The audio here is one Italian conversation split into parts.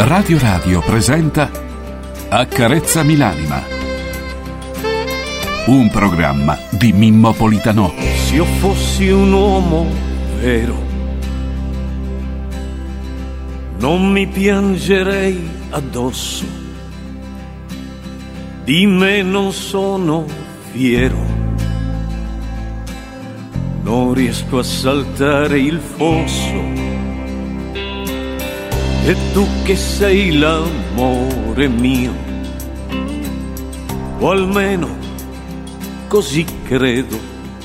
Radio Radio presenta Accarezzami l'anima, un programma di Mimmo Politano. Se io fossi un uomo vero, non mi piangerei addosso, di me non sono fiero, non riesco a saltare il fosso. E tu che sei l'amore mio, o almeno così credo,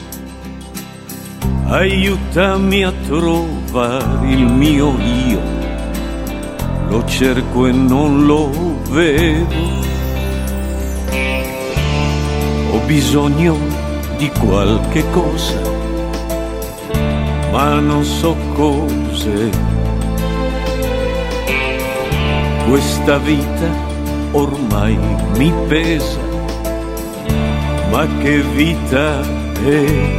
aiutami a trovare il mio io, lo cerco e non lo vedo. Ho bisogno di qualche cosa, ma non so cos'è. Questa vita ormai mi pesa, ma che vita è?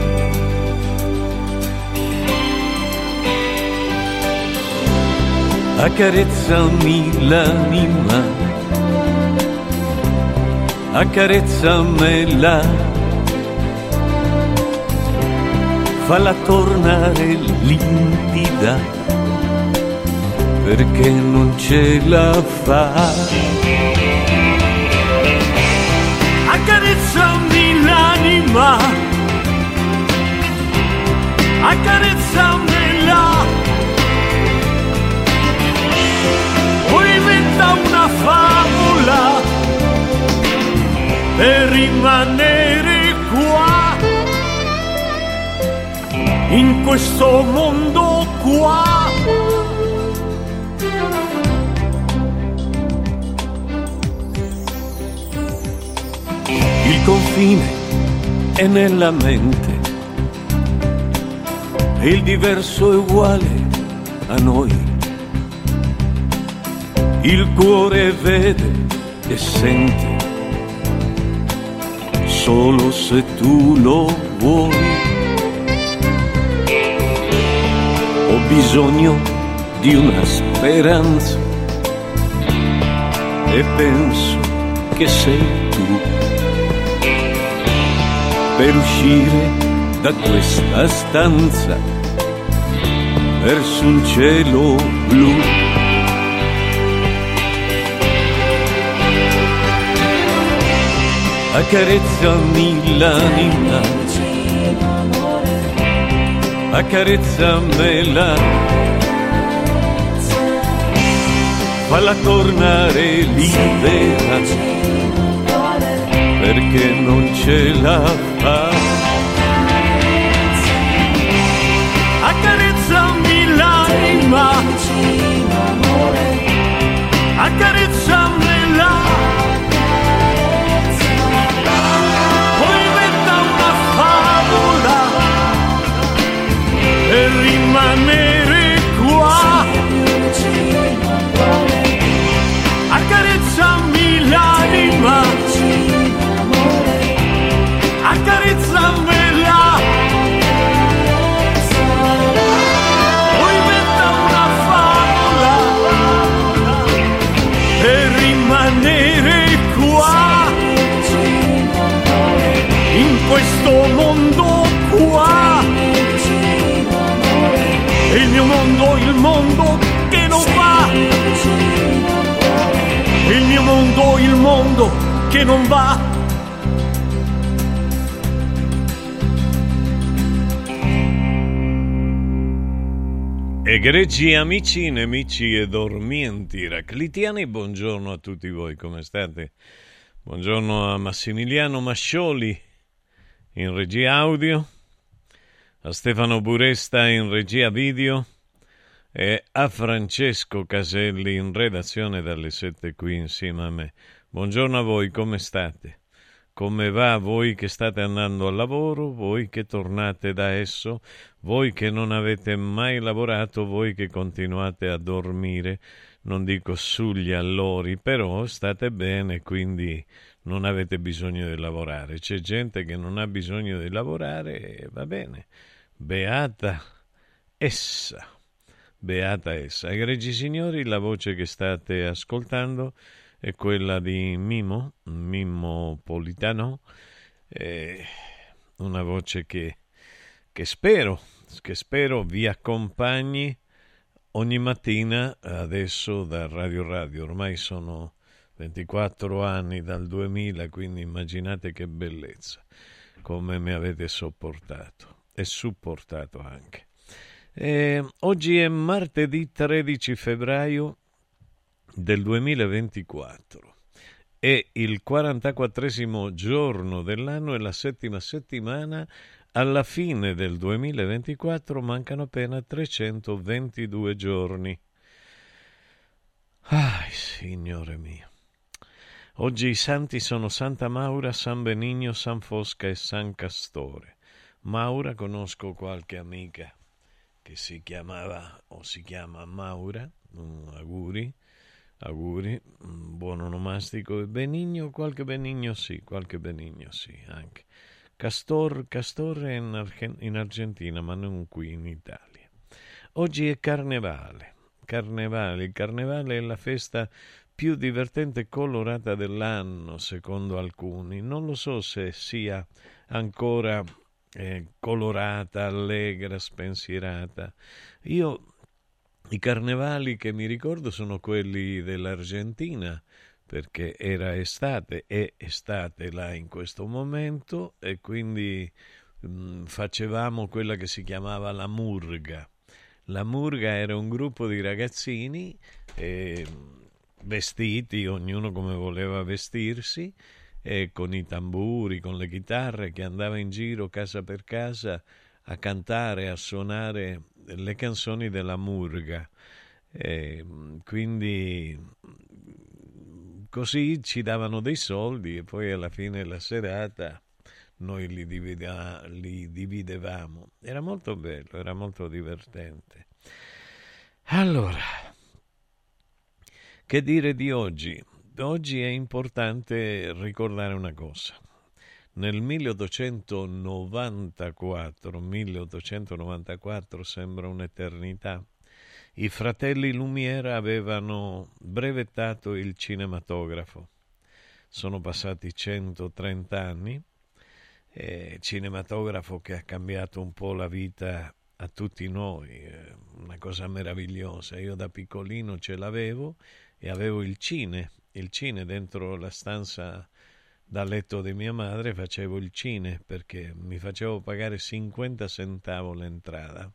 Accarezzami l'anima, accarezzamela, falla tornare limpida, perché non ce la fa. Accarezzami l'anima, accarezzamela, poi inventa una favola per rimanere qua, in questo mondo qua. Il confine è nella mente e il diverso è uguale a noi. Il cuore vede e sente solo se tu lo vuoi. Ho bisogno di una speranza e penso che sei tu, per uscire da questa stanza verso un cielo blu. Accarezzami l'anima, accarezzamela, falla tornare libera, perché non ce la fa. Accarezzami l'anima, accarezzamela, poi inventa una favola per rimanere qua. Accarezzami l'anima, accarezzamela, poi inventa una favola per rimanere qua, in questo mondo qua. Il mio mondo, il mondo che non va, il mio mondo, il mondo che non va. Egregi amici, nemici e dormienti raclitiani, buongiorno a tutti voi, come state? Buongiorno a Massimiliano Mascioli in regia audio, a Stefano Buresta in regia video e a Francesco Caselli in redazione dalle 7 qui insieme a me. Buongiorno a voi, come state? Come va a voi che state andando al lavoro, voi che tornate da esso, voi che non avete mai lavorato, voi che continuate a dormire, non dico sugli allori, però state bene, quindi non avete bisogno di lavorare. C'è gente che non ha bisogno di lavorare e va bene, beata essa. beata essa. Egregi signori, la voce che state ascoltando è quella di Mimmo Politano, una voce che spero vi accompagni ogni mattina adesso da Radio Radio. Ormai sono 24 anni dal 2000, quindi immaginate che bellezza, come mi avete sopportato e supportato anche. Oggi è martedì 13 febbraio del 2024. È il 44esimo giorno dell'anno e la settima settimana. Alla fine del 2024 mancano appena 322 giorni. Signore mio. Oggi i santi sono Santa Maura, San Benigno, San Fosca e San Castore. Maura, conosco qualche amica che si chiamava o si chiama Maura, auguri, buon onomastico. E Benigno, qualche Benigno sì anche. Castore in Argentina, ma non qui in Italia. Oggi è Carnevale. Il Carnevale è la festa più divertente e colorata dell'anno, secondo alcuni. Non lo so se sia ancora colorata, allegra, spensierata. I carnevali che mi ricordo sono quelli dell'Argentina, perché è estate là in questo momento, e quindi facevamo quella che si chiamava la murga. La murga era un gruppo di ragazzini vestiti, ognuno come voleva vestirsi, con i tamburi, con le chitarre, che andava in giro casa per casa a cantare, a suonare le canzoni della murga. Quindi così ci davano dei soldi e poi alla fine della serata noi li dividevamo. Era molto bello, era molto divertente. Allora, che dire di oggi? Oggi è importante ricordare una cosa. Nel 1894, sembra un'eternità, i fratelli Lumière avevano brevettato il cinematografo. Sono passati 130 anni, cinematografo che ha cambiato un po' la vita a tutti noi, una cosa meravigliosa. Io da piccolino ce l'avevo e avevo il cine dentro la stanza da letto di mia madre, facevo il cine perché mi facevo pagare 50 centavo l'entrata.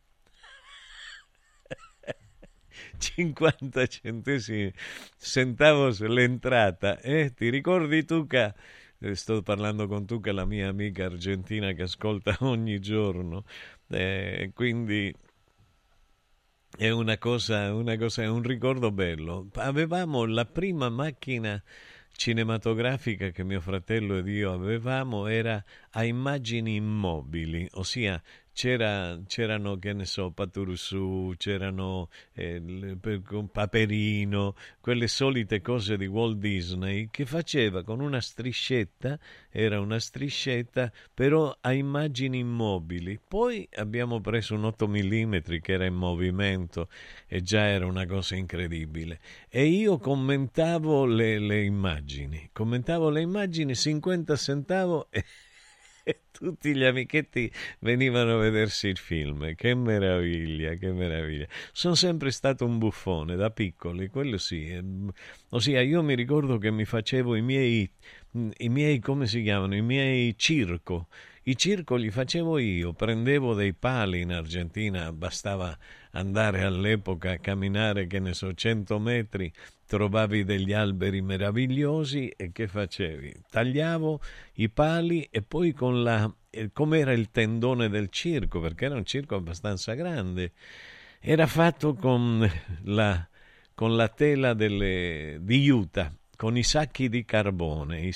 50 centavos l'entrata. Ti ricordi Tuca? Sto parlando con Tuca, la mia amica argentina che ascolta ogni giorno, quindi è una cosa, è un ricordo bello. Avevamo la prima macchina cinematografica che mio fratello ed io avevamo, era a immagini immobili, ossia c'erano, che ne so, Paturuzzu, c'erano Paperino, quelle solite cose di Walt Disney, che faceva con una striscetta, era una striscetta però a immagini immobili. Poi abbiamo preso un 8 mm che era in movimento e già era una cosa incredibile, e io commentavo le immagini 50 centavo e tutti gli amichetti venivano a vedersi il film. Che meraviglia. Sono sempre stato un buffone da piccoli, quello sì. Ossia, io mi ricordo che mi facevo i miei come si chiamano, i miei circo. I circo li facevo io, prendevo dei pali. In Argentina bastava andare all'epoca a camminare, che ne so, 100 metri, trovavi degli alberi meravigliosi, e che facevi? Tagliavo i pali e poi come era il tendone del circo, perché era un circo abbastanza grande, era fatto con la tela di juta, con i sacchi di carbone,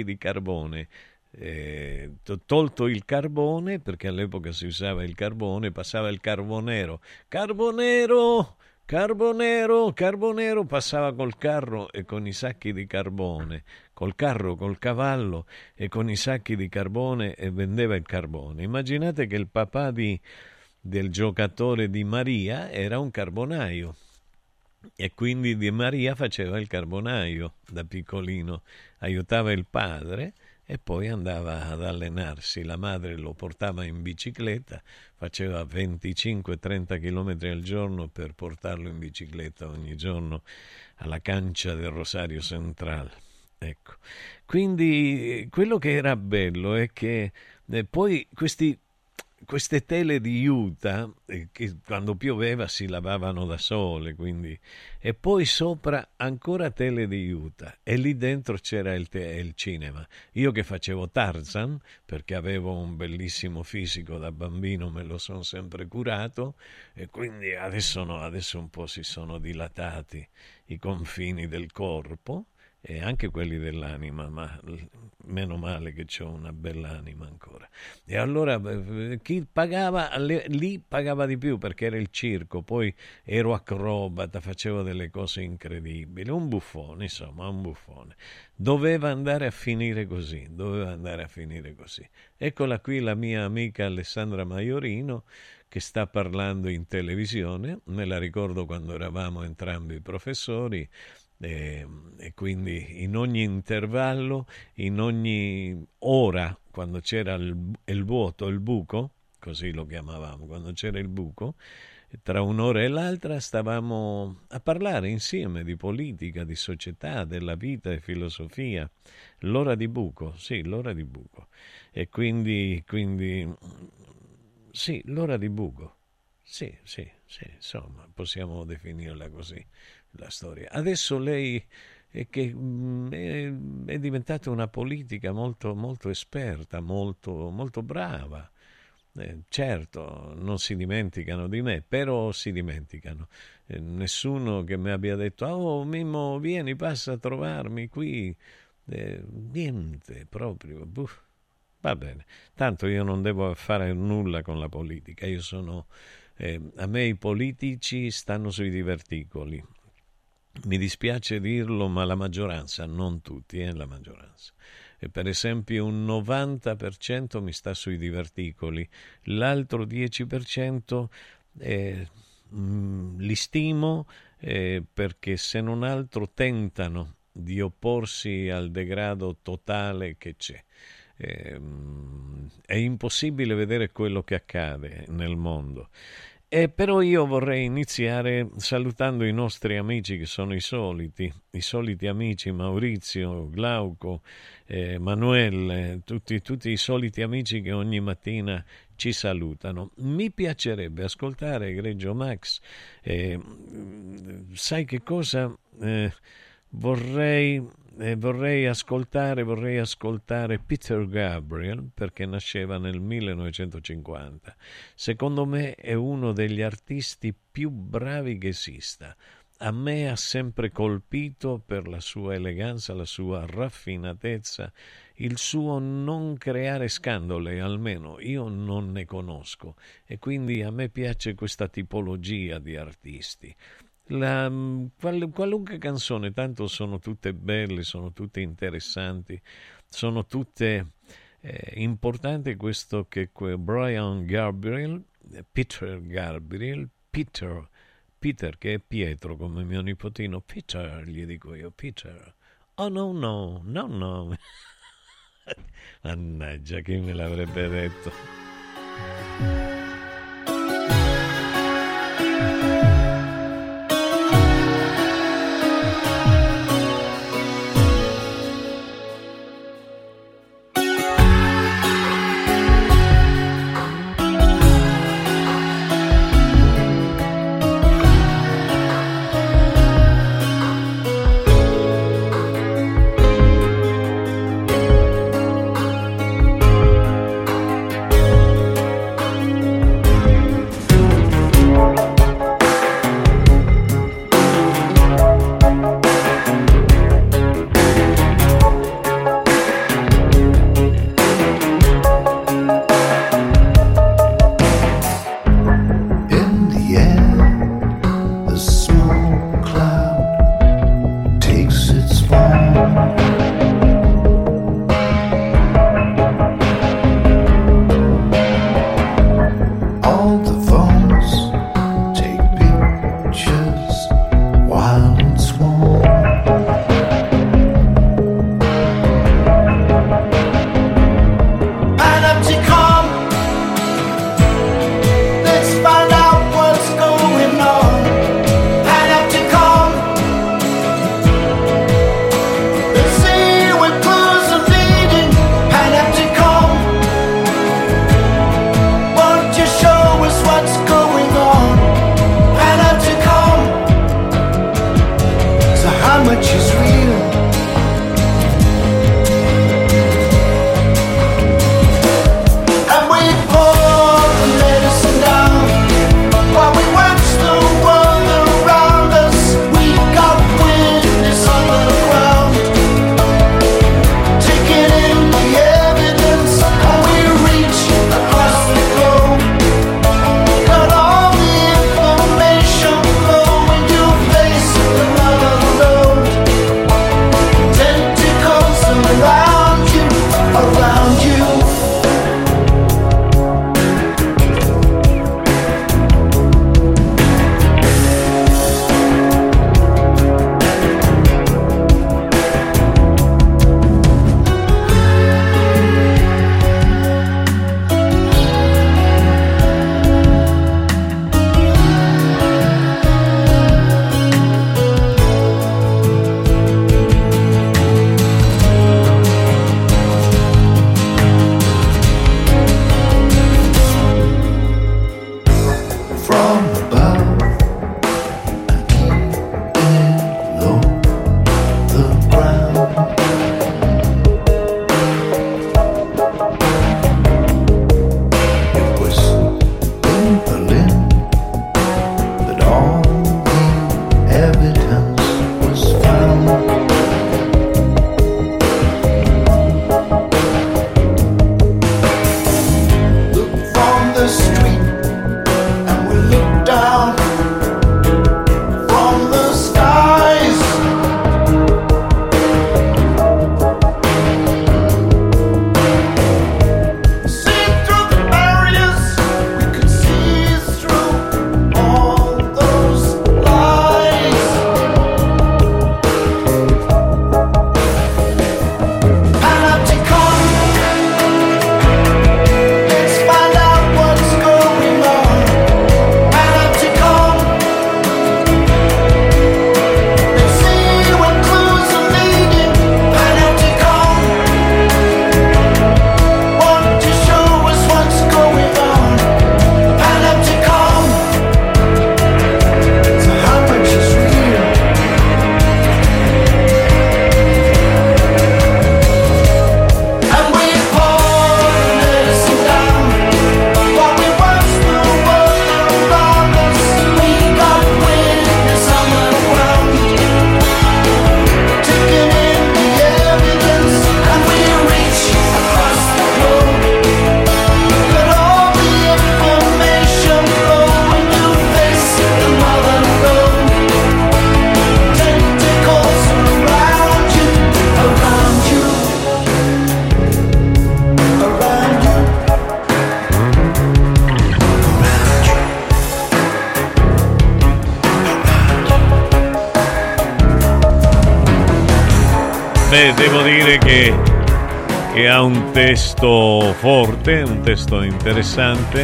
tolto il carbone, perché all'epoca si usava il carbone, passava il carbonero, passava col carro e con i sacchi di carbone, col cavallo e con i sacchi di carbone, e vendeva il carbone. Immaginate che il papà di del giocatore Di Maria era un carbonaio. E quindi Di Maria faceva il carbonaio da piccolino, aiutava il padre e poi andava ad allenarsi. La madre lo portava in bicicletta, faceva 25-30 km al giorno per portarlo in bicicletta ogni giorno alla cancia del Rosario Central. Ecco. Quindi quello che era bello è che poi queste tele di juta che quando pioveva si lavavano da sole, quindi, e poi sopra ancora tele di juta e lì dentro c'era il cinema. Io che facevo Tarzan perché avevo un bellissimo fisico da bambino, me lo sono sempre curato e quindi adesso un po' si sono dilatati i confini del corpo e anche quelli dell'anima, ma meno male che c'ho una bella anima ancora. E allora chi pagava lì pagava di più perché era il circo, poi ero acrobata, facevo delle cose incredibili, un buffone, insomma, un buffone. Doveva andare a finire così. Eccola qui la mia amica Alessandra Maiorino che sta parlando in televisione, me la ricordo quando eravamo entrambi professori. E quindi in ogni intervallo, in ogni ora, quando c'era il vuoto, il buco, così lo chiamavamo, quando c'era il buco, tra un'ora e l'altra stavamo a parlare insieme di politica, di società, della vita e filosofia. L'ora di buco, sì, l'ora di buco. E quindi sì, l'ora di buco. Sì, insomma, possiamo definirla così. La storia. Adesso lei è diventata una politica molto, molto esperta, molto, molto brava. Certo, non si dimenticano di me, però si dimenticano. Nessuno che mi abbia detto «Oh, Mimmo, vieni, passa a trovarmi qui». Niente, proprio. Va bene. Tanto io non devo fare nulla con la politica. Io sono... a me i politici stanno sui diverticoli. Mi dispiace dirlo, ma la maggioranza, non tutti, la maggioranza. E per esempio un 90% mi sta sui diverticoli, l'altro 10% li stimo perché se non altro tentano di opporsi al degrado totale che c'è. È impossibile vedere quello che accade nel mondo. Però io vorrei iniziare salutando i nostri amici che sono i soliti amici, Maurizio, Glauco, Manuel, tutti i soliti amici che ogni mattina ci salutano. Mi piacerebbe ascoltare, egregio Max, sai che cosa? Vorrei ascoltare Peter Gabriel perché nasceva nel 1950. Secondo me è uno degli artisti più bravi che esista. A me ha sempre colpito per la sua eleganza, la sua raffinatezza, il suo non creare scandali, almeno io non ne conosco, e quindi a me piace questa tipologia di artisti. Qualunque canzone, tanto sono tutte belle, sono tutte interessanti, sono tutte importanti. Questo che Brian Gabriel, Peter Gabriel, Peter che è Pietro come mio nipotino, Peter gli dico io, Peter, oh no, mannaggia, chi me l'avrebbe detto. Beh, devo dire che ha un testo forte, un testo interessante.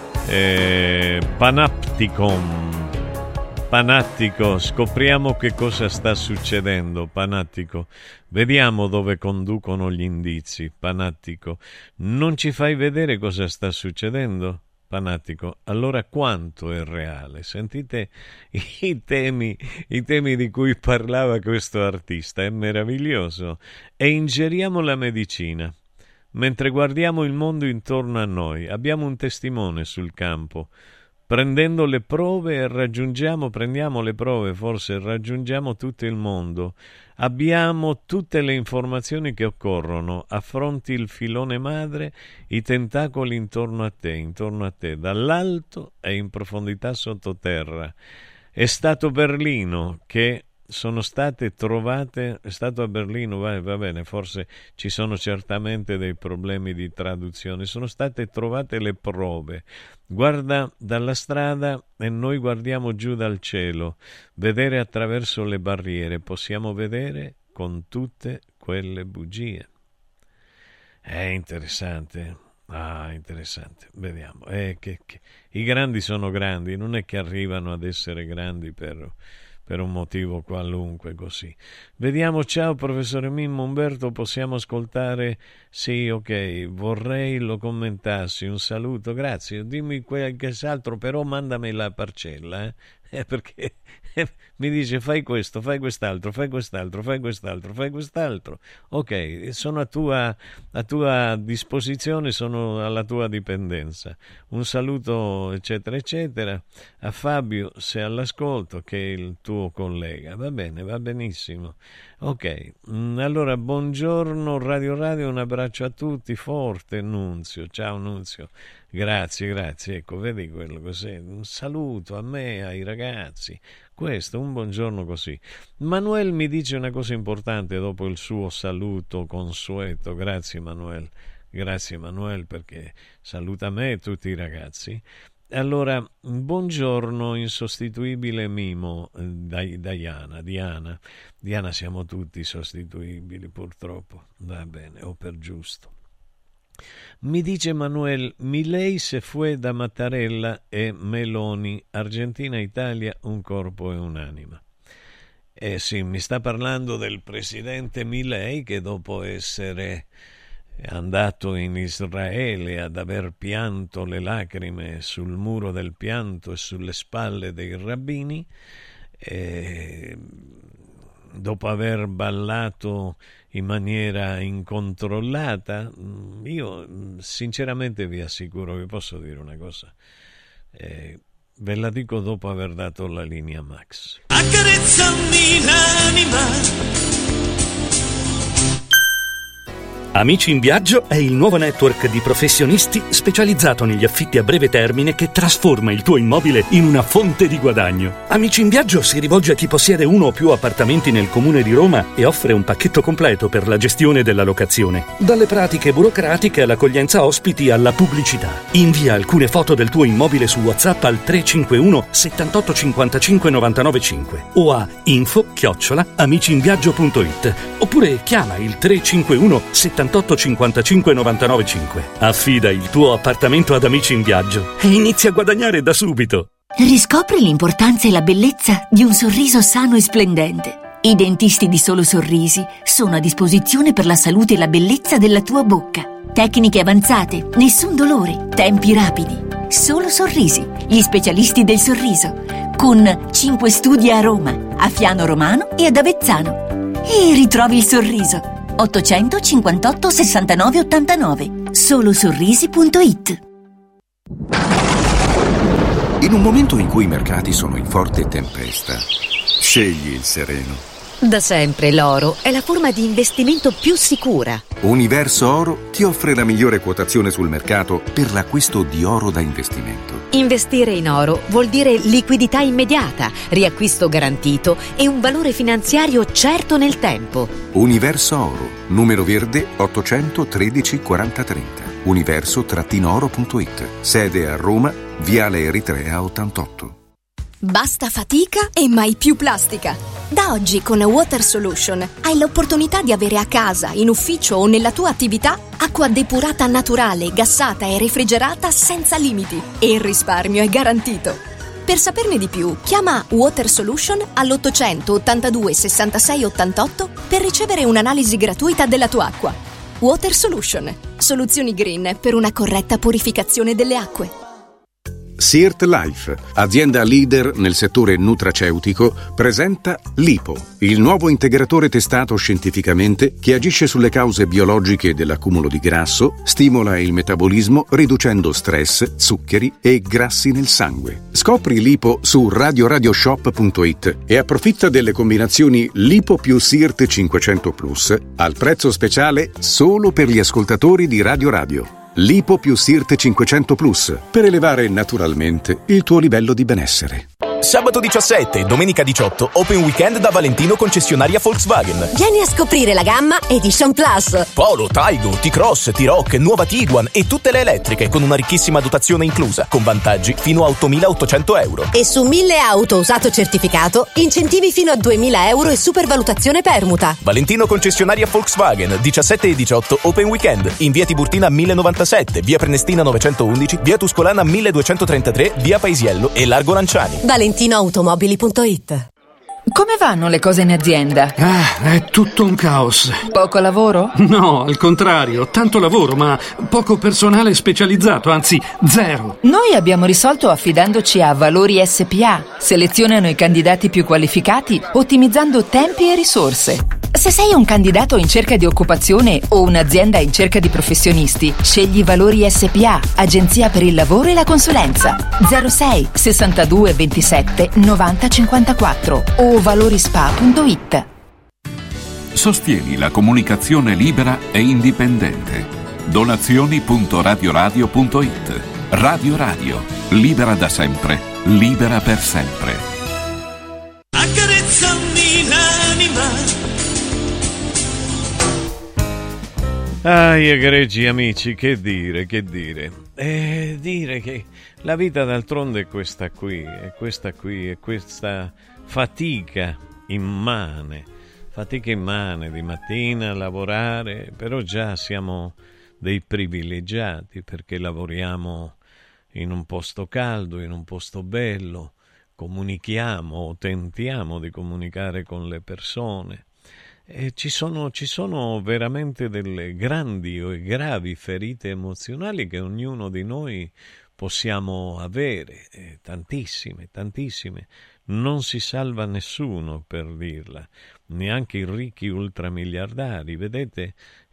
Panattico, scopriamo che cosa sta succedendo. Panattico, vediamo dove conducono gli indizi. Panattico, non ci fai vedere cosa sta succedendo? Panattico, allora quanto è reale? Sentite i temi di cui parlava questo artista, è meraviglioso. E ingeriamo la medicina. Mentre guardiamo il mondo intorno a noi, abbiamo un testimone sul campo. Prendiamo le prove, raggiungiamo tutto il mondo. Abbiamo tutte le informazioni che occorrono. Affronti il filone madre, i tentacoli intorno a te, dall'alto e in profondità sottoterra. È stato Berlino che sono state trovate, è stato a Berlino, va bene, forse ci sono certamente dei problemi di traduzione, sono state trovate le prove. Guarda dalla strada e noi guardiamo giù dal cielo, vedere attraverso le barriere, possiamo vedere con tutte quelle bugie. È interessante. Interessante, vediamo. Che i grandi sono grandi, non è che arrivano ad essere grandi per un motivo qualunque, così. Vediamo, ciao professore Mimmo. Umberto, possiamo ascoltare? Sì, ok, vorrei lo commentassi, un saluto, grazie, dimmi qualche altro, però mandami la parcella, perché mi dice fai questo, fai quest'altro, ok, sono a tua disposizione, sono alla tua dipendenza. Un saluto eccetera eccetera a Fabio, se all'ascolto, che è il tuo collega. Va bene, va benissimo, ok. Allora buongiorno Radio, un abbraccio a tutti, forte Nunzio, ciao Nunzio, grazie, ecco, vedi quello cos'è, un saluto a me, ai ragazzi, questo, un buongiorno così. Manuel mi dice una cosa importante dopo il suo saluto consueto, grazie Manuel, perché saluta me e tutti i ragazzi. Allora, buongiorno insostituibile Mimo, Diana, siamo tutti sostituibili purtroppo, va bene, o per giusto. Mi dice Manuel, Milei se fue da Mattarella e Meloni, Argentina-Italia, un corpo e un'anima. Sì, mi sta parlando del presidente Milei, che dopo essere andato in Israele ad aver pianto le lacrime sul muro del pianto e sulle spalle dei rabbini, dopo aver ballato in maniera incontrollata, io sinceramente vi assicuro, vi posso dire una cosa, ve la dico dopo aver dato la linea Max. Accarezzami l'anima. Amici in Viaggio è il nuovo network di professionisti specializzato negli affitti a breve termine che trasforma il tuo immobile in una fonte di guadagno. Amici in Viaggio si rivolge a chi possiede uno o più appartamenti nel comune di Roma e offre un pacchetto completo per la gestione della locazione. Dalle pratiche burocratiche all'accoglienza ospiti alla pubblicità. Invia alcune foto del tuo immobile su WhatsApp al 351 78 55 99 5 o a info@amiciinviaggio.it oppure chiama il 351 78 55 99 5. Affida il tuo appartamento ad Amici in Viaggio e inizia a guadagnare da subito. Riscopri l'importanza e la bellezza di un sorriso sano e splendente. I dentisti di Solo Sorrisi sono a disposizione per la salute e la bellezza della tua bocca. Tecniche avanzate, nessun dolore, tempi rapidi. Solo Sorrisi, gli specialisti del sorriso, con 5 studi a Roma, a Fiano Romano e ad Avezzano. E ritrovi il sorriso. 858 69 89. Solosorrisi.it. In un momento in cui i mercati sono in forte tempesta, scegli il sereno. Da sempre l'oro è la forma di investimento più sicura. Universo Oro ti offre la migliore quotazione sul mercato per l'acquisto di oro da investimento. Investire in oro vuol dire liquidità immediata, riacquisto garantito e un valore finanziario certo nel tempo. Universo Oro, numero verde 813 4030. Universo-oro.it. Sede a Roma, Viale Eritrea 88. Basta fatica e mai più plastica. Da oggi con Water Solution hai l'opportunità di avere a casa, in ufficio o nella tua attività acqua depurata naturale, gassata e refrigerata senza limiti. E il risparmio è garantito. Per saperne di più, chiama Water Solution all'800 82 66 88 per ricevere un'analisi gratuita della tua acqua. Water Solution, soluzioni green per una corretta purificazione delle acque. Sirt Life, azienda leader nel settore nutraceutico, presenta Lipo, il nuovo integratore testato scientificamente che agisce sulle cause biologiche dell'accumulo di grasso, stimola il metabolismo riducendo stress, zuccheri e grassi nel sangue. Scopri Lipo su radioradioshop.it e approfitta delle combinazioni Lipo più Sirt 500 Plus al prezzo speciale solo per gli ascoltatori di Radio Radio. Lipo più Sirt 500 Plus per elevare naturalmente il tuo livello di benessere. Sabato 17 e domenica 18 Open Weekend da Valentino concessionaria Volkswagen. Vieni a scoprire la gamma Edition Plus. Polo, Taigo, T-Cross, T-Roc, nuova Tiguan e tutte le elettriche con una ricchissima dotazione inclusa, con vantaggi fino a 8.800 euro. E su 1000 auto usato certificato, incentivi fino a 2.000 euro e supervalutazione permuta. Valentino concessionaria Volkswagen, 17 e 18 Open Weekend, in via Tiburtina 1097, via Prenestina 911, via Tuscolana 1233, via Paisiello e Largo Lanciani. ValentinoAutomobili.it. Come vanno le cose in azienda? È tutto un caos. Poco lavoro? No, al contrario, tanto lavoro, ma poco personale specializzato, anzi zero. Noi abbiamo risolto affidandoci a Valori SPA. Selezionano i candidati più qualificati, ottimizzando tempi e risorse. Se sei un candidato in cerca di occupazione o un'azienda in cerca di professionisti, scegli Valori SPA, agenzia per il lavoro e la consulenza. 06 62 27 90 54 o valorispa.it. Sostieni la comunicazione libera e indipendente. Donazioni.radioradio.it. Radio Radio, libera da sempre, libera per sempre. Accarezzami l'anima. Egregi amici, che dire? Dire che la vita d'altronde è questa qui, è questa fatica immane di mattina a lavorare, però già siamo dei privilegiati perché lavoriamo in un posto caldo, in un posto bello, comunichiamo o tentiamo di comunicare con le persone. E ci sono veramente delle grandi o gravi ferite emozionali che ognuno di noi possiamo avere, tantissime. Non si salva nessuno, per dirla, neanche i ricchi ultramiliardari. Vedete,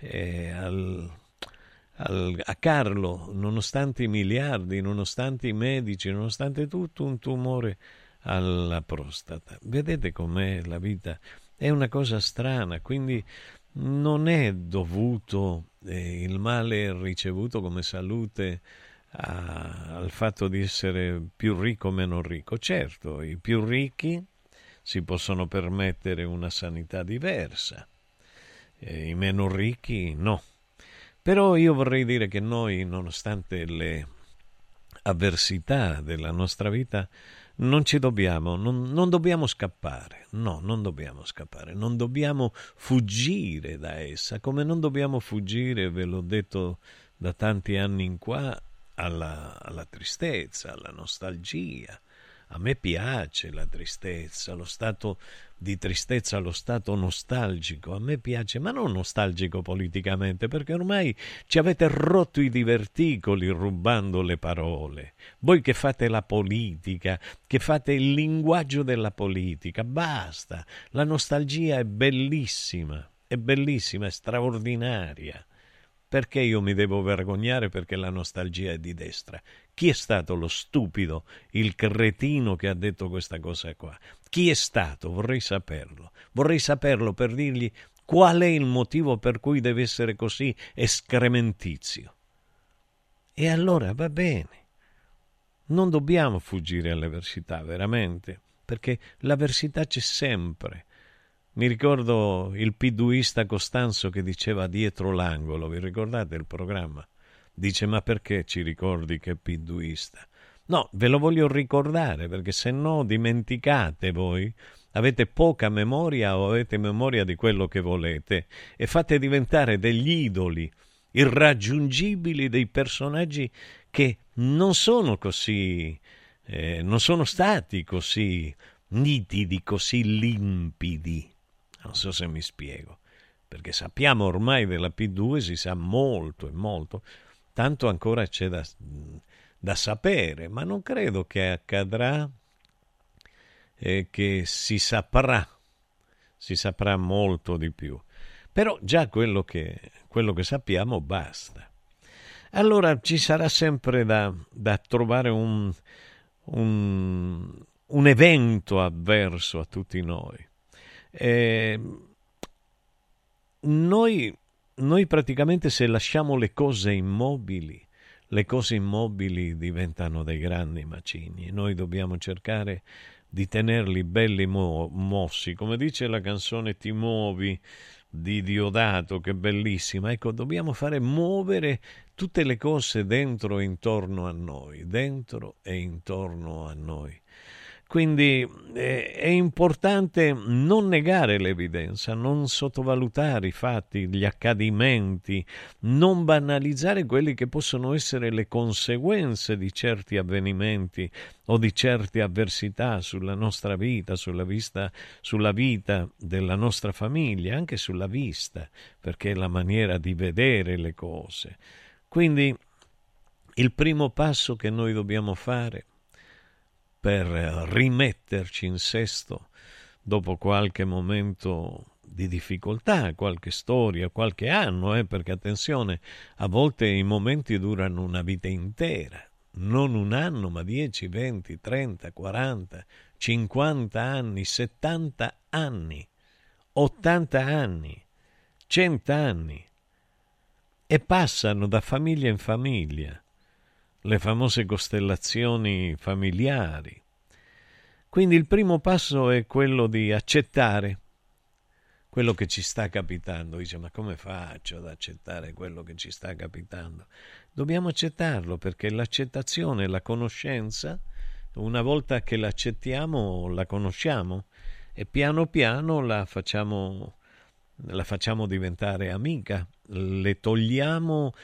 a Carlo, nonostante i miliardi, nonostante i medici, nonostante tutto, un tumore alla prostata. Vedete com'è la vita? È una cosa strana, quindi non è dovuto il male ricevuto come salute al fatto di essere più ricco o meno ricco. Certo, i più ricchi si possono permettere una sanità diversa, i meno ricchi no. Però io vorrei dire che noi, nonostante le avversità della nostra vita, non dobbiamo scappare, non dobbiamo fuggire da essa, come non dobbiamo fuggire, ve l'ho detto da tanti anni in qua, alla tristezza, alla nostalgia. A me piace la tristezza, lo stato di tristezza, lo stato nostalgico, a me piace, ma non nostalgico politicamente, perché ormai ci avete rotto i diverticoli rubando le parole. Voi che fate la politica, che fate il linguaggio della politica, basta. La nostalgia è bellissima, è straordinaria. Perché io mi devo vergognare perché la nostalgia è di destra? Chi è stato lo stupido, il cretino che ha detto questa cosa qua? Chi è stato? Vorrei saperlo per dirgli qual è il motivo per cui deve essere così escrementizio. E allora va bene, non dobbiamo fuggire all'avversità, veramente, perché l'avversità c'è sempre. Mi ricordo il piduista Costanzo che diceva Dietro l'angolo, vi ricordate il programma? Dice, ma perché ci ricordi che è piduista? No, ve lo voglio ricordare, perché se no dimenticate voi avete poca memoria o avete memoria di quello che volete e fate diventare degli idoli irraggiungibili dei personaggi che non sono così, non sono stati così nitidi, così limpidi. Non so se mi spiego, perché sappiamo ormai della P2, si sa molto e molto, tanto ancora c'è da sapere, ma non credo che accadrà che si saprà molto di più. Però già quello che sappiamo basta. Allora ci sarà sempre da trovare un evento avverso a tutti noi. Noi praticamente, se lasciamo le cose immobili diventano dei grandi macigni. Noi dobbiamo cercare di tenerli belli mossi. Come dice la canzone Ti muovi di Diodato, che è bellissima. Ecco, dobbiamo fare muovere tutte le cose dentro e intorno a noi. Quindi è importante non negare l'evidenza, non sottovalutare i fatti, gli accadimenti, non banalizzare quelli che possono essere le conseguenze di certi avvenimenti o di certe avversità sulla nostra vita, sulla vita della nostra famiglia, anche sulla vista, perché è la maniera di vedere le cose. Quindi il primo passo che noi dobbiamo fare per rimetterci in sesto dopo qualche momento di difficoltà, qualche storia, qualche anno, perché attenzione, a volte i momenti durano una vita intera, non un anno, ma 10, 20, 30, 40, 50 anni, 70 anni, 80 anni, 100 anni, e passano da famiglia in famiglia, le famose costellazioni familiari. Quindi il primo passo è quello di accettare quello che ci sta capitando. Dice, ma come faccio ad accettare quello che ci sta capitando? Dobbiamo accettarlo, perché l'accettazione, la conoscenza, una volta che l'accettiamo, la conosciamo e piano piano la facciamo diventare amica, le togliamo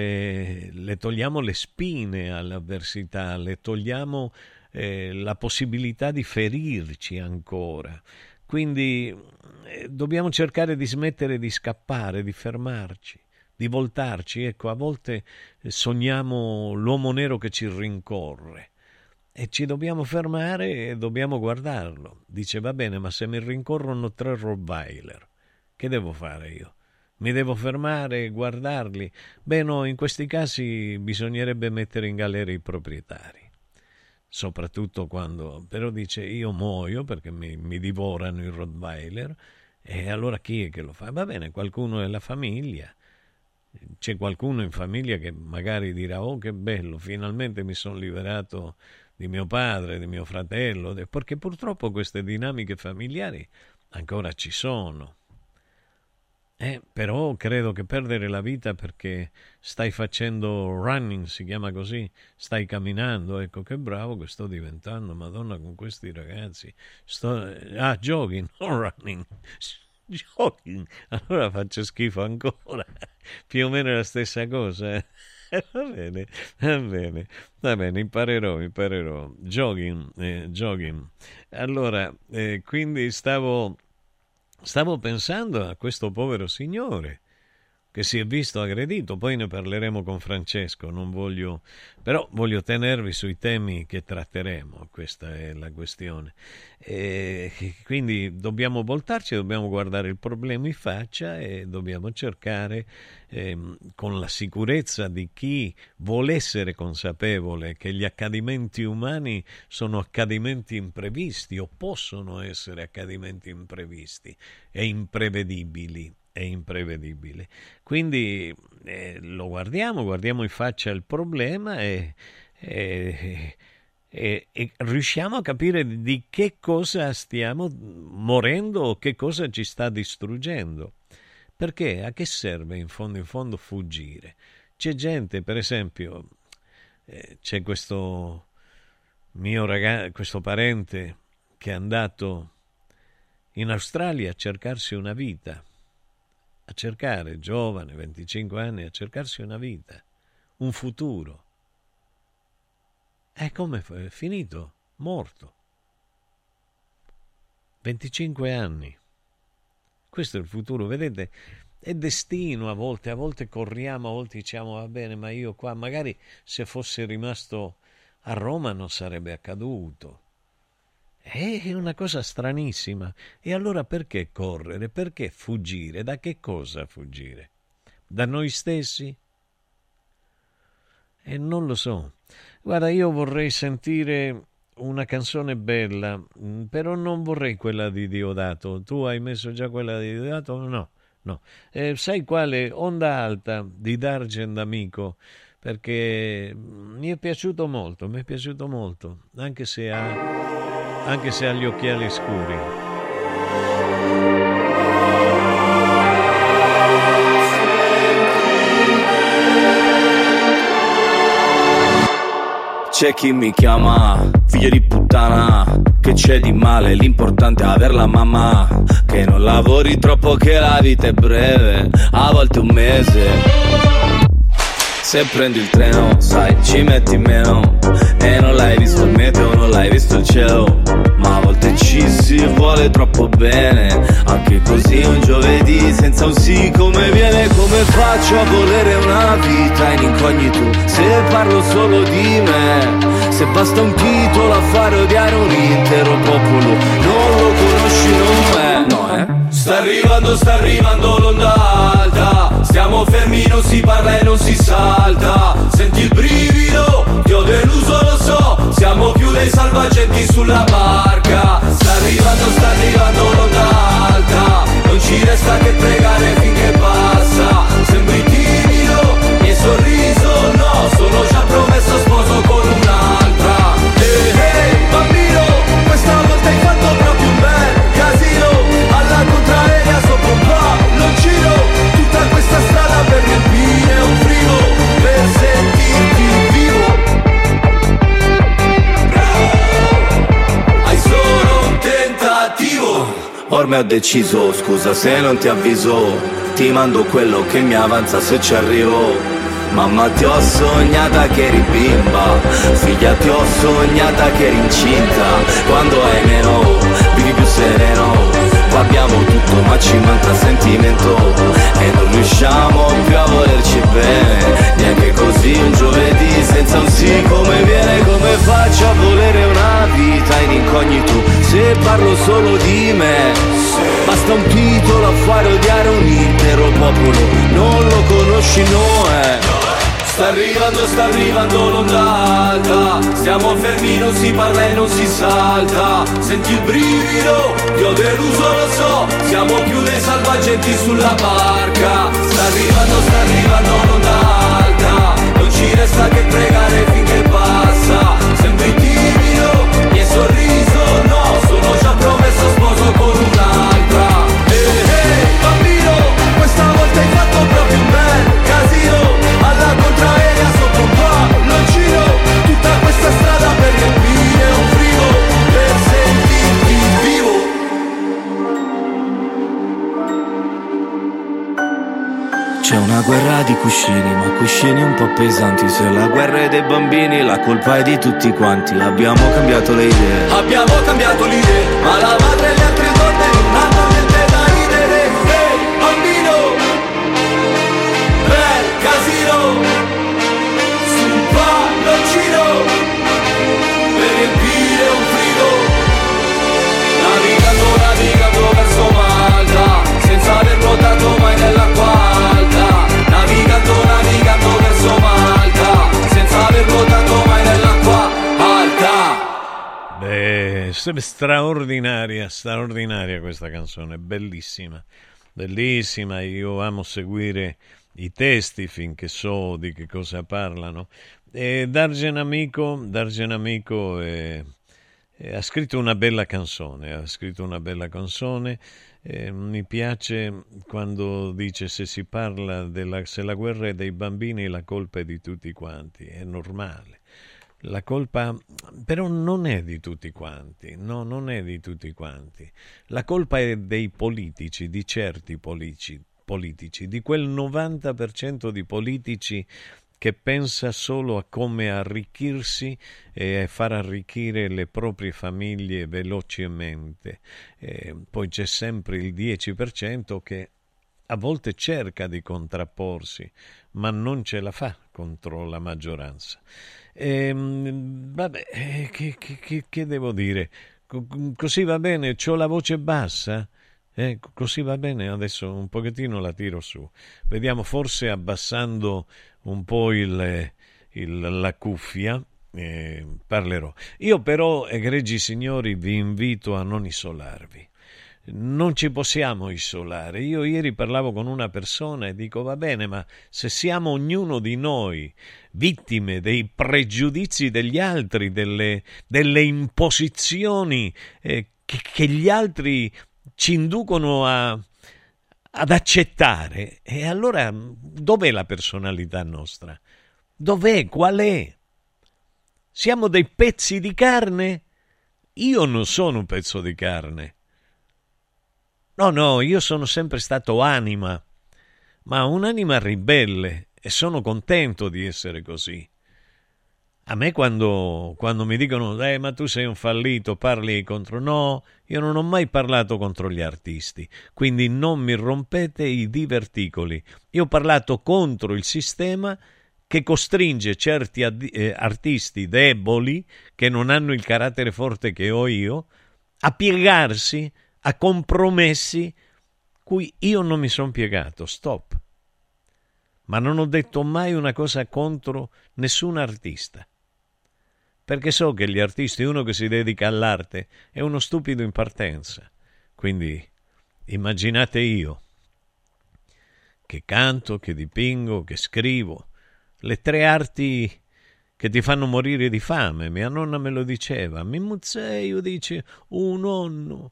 le spine all'avversità, le togliamo la possibilità di ferirci ancora. Quindi dobbiamo cercare di smettere di scappare, di fermarci, di voltarci. Ecco, a volte sogniamo l'uomo nero che ci rincorre e ci dobbiamo fermare e dobbiamo guardarlo. Dice, va bene, ma se mi rincorrono 3 Rottweiler, che devo fare io? Mi devo fermare e guardarli? Beh no, in questi casi bisognerebbe mettere in galera i proprietari. Soprattutto quando, però dice, io muoio perché mi divorano i Rottweiler, e allora chi è che lo fa? Va bene, qualcuno nella famiglia. C'è qualcuno in famiglia che magari dirà, oh che bello, finalmente mi sono liberato di mio padre, di mio fratello, perché purtroppo queste dinamiche familiari ancora ci sono. Però credo che perdere la vita perché stai facendo running, si chiama così, stai camminando, ecco che bravo che sto diventando, Madonna, con questi ragazzi, jogging, non running, jogging, allora faccio schifo ancora, più o meno è la stessa cosa, Va bene, imparerò, jogging, allora, quindi stavo pensando a questo povero signore che si è visto aggredito. Poi ne parleremo con Francesco, però voglio tenervi sui temi che tratteremo, questa è la questione. Quindi dobbiamo voltarci, dobbiamo guardare il problema in faccia e dobbiamo cercare, con la sicurezza di chi vuole essere consapevole che gli accadimenti umani sono accadimenti imprevisti, o possono essere accadimenti imprevisti e imprevedibili. È imprevedibile. Quindi lo guardiamo in faccia il problema e riusciamo a capire di che cosa stiamo morendo o che cosa ci sta distruggendo. Perché a che serve in fondo fuggire? C'è gente, per esempio, c'è questo mio ragazzo, questo parente che è andato in Australia a cercarsi una vita, a cercare, giovane, 25 anni, a cercarsi una vita, un futuro. E come è finito? Morto. 25 anni. Questo è il futuro, vedete? È destino a volte corriamo, a volte diciamo va bene, ma io qua, magari se fosse rimasto a Roma non sarebbe accaduto. È una cosa stranissima. E allora perché correre? Perché fuggire? Da che cosa fuggire? Da noi stessi? E non lo so. Guarda, io vorrei sentire una canzone bella, però non vorrei quella di Diodato. Tu hai messo già quella di Diodato? No. Sai quale? Onda Alta di D'Argent Amico, perché mi è piaciuto molto, anche se ha gli occhiali scuri. C'è chi mi chiama figlio di puttana, che c'è di male, l'importante è aver la mamma, che non lavori troppo, che la vita è breve, a volte un mese. Se prendi il treno, sai, ci metti meno, e non l'hai visto il meteo, non l'hai visto il cielo, ma a volte ci si vuole troppo bene, anche così un giovedì senza un sì come viene. Come faccio a volere una vita in incognito se parlo solo di me? Se basta un titolo a fare odiare un intero popolo, non lo conosci, non è, no, Sta arrivando l'onda alta, stiamo fermi, non si parla e non si salta. Senti il brivido, ti ho deluso, lo so, siamo più dei salvagenti sulla barca. Sta arrivando l'onda alta, non ci resta che pregare finché passa. Sembri timido, mi hai sorriso, no, sono già promesso sposo con un'altra. Ehi, bambino, questa volta hai fatto proprio un bel casino, alla contraria sopra un palloncino, tutta questa strada per riempire un frigo, per sentirti vivo. Hai solo un tentativo. Ormai ho deciso, scusa se non ti avviso, ti mando quello che mi avanza se ci arrivo. Mamma ti ho sognata che eri bimba, figlia ti ho sognata che eri incinta. Quando hai meno, vivi più sereno, qua abbiamo tutto ma ci manca sentimento, e non riusciamo più a volerci bene, neanche così un giovedì senza un sì come viene. Come faccio a volere una vita in incognito se parlo solo di me? Basta un titolo a fare odiare un intero popolo, non lo conosci, no è. Sta arrivando l'onda alta, stiamo fermi, non si parla e non si salta. Senti il brivido, ti ho deluso, lo so, siamo più dei salvagenti sulla barca. Sta arrivando l'onda alta, non ci resta che pregare finché passa. Sembri timido, mi hai sorriso, no, sono già promesso sposo con un'altra. Ehi, bambino, questa volta hai fatto proprio un bel casino, alla contraerea sopra un palloncino, tutta questa strada per riempire un frigo, per sentirti vivo. C'è una guerra di cuscini, ma cuscini un po' pesanti. Se la guerra è dei bambini, la colpa è di tutti quanti. Abbiamo cambiato le idee, ma la madre e le altre donne non hanno niente da ridere. Ehi, bambino, bel casino, su un palloncino, per riempire un frigo. Navigando verso Malta, senza aver nuotato mai nell'acqua alta. Navigando verso Malta, senza aver nuotato mai nell'acqua alta. Beh, straordinaria questa canzone, bellissima, io amo seguire i testi finché so di che cosa parlano. E D'Argent Amico ha scritto una bella canzone, mi piace quando dice se la guerra è dei bambini la colpa è di tutti quanti, è normale. La colpa però non è di tutti quanti, no, non è di tutti quanti. La colpa è dei politici, di certi politici, di quel 90% di politici che pensa solo a come arricchirsi e a far arricchire le proprie famiglie velocemente. Poi c'è sempre il 10% che a volte cerca di contrapporsi, ma non ce la fa contro la maggioranza. Vabbè, che devo dire? Così va bene? C'ho la voce bassa? Così va bene? Adesso un pochettino la tiro su. Vediamo, forse abbassando un po' la cuffia parlerò. Io però, egregi signori, vi invito a non isolarvi. Non ci possiamo isolare. Io ieri parlavo con una persona e dico: va bene, ma se siamo ognuno di noi vittime dei pregiudizi degli altri, delle imposizioni che gli altri ci inducono ad accettare, e allora dov'è la personalità nostra? Dov'è? Qual è? Siamo dei pezzi di carne? Io non sono un pezzo di carne. No, io sono sempre stato anima, ma un'anima ribelle, e sono contento di essere così. A me quando mi dicono ma tu sei un fallito, parli contro... No, io non ho mai parlato contro gli artisti, quindi non mi rompete i diverticoli. Io ho parlato contro il sistema che costringe certi artisti deboli, che non hanno il carattere forte che ho io, a piegarsi a compromessi cui io non mi sono piegato. Stop. Ma non ho detto mai una cosa contro nessun artista, perché so che gli artisti, uno che si dedica all'arte, è uno stupido in partenza. Quindi immaginate io che canto, che dipingo, che scrivo, le 3 arti che ti fanno morire di fame. Mia nonna me lo diceva. Mi muzzeio, dice, un nonno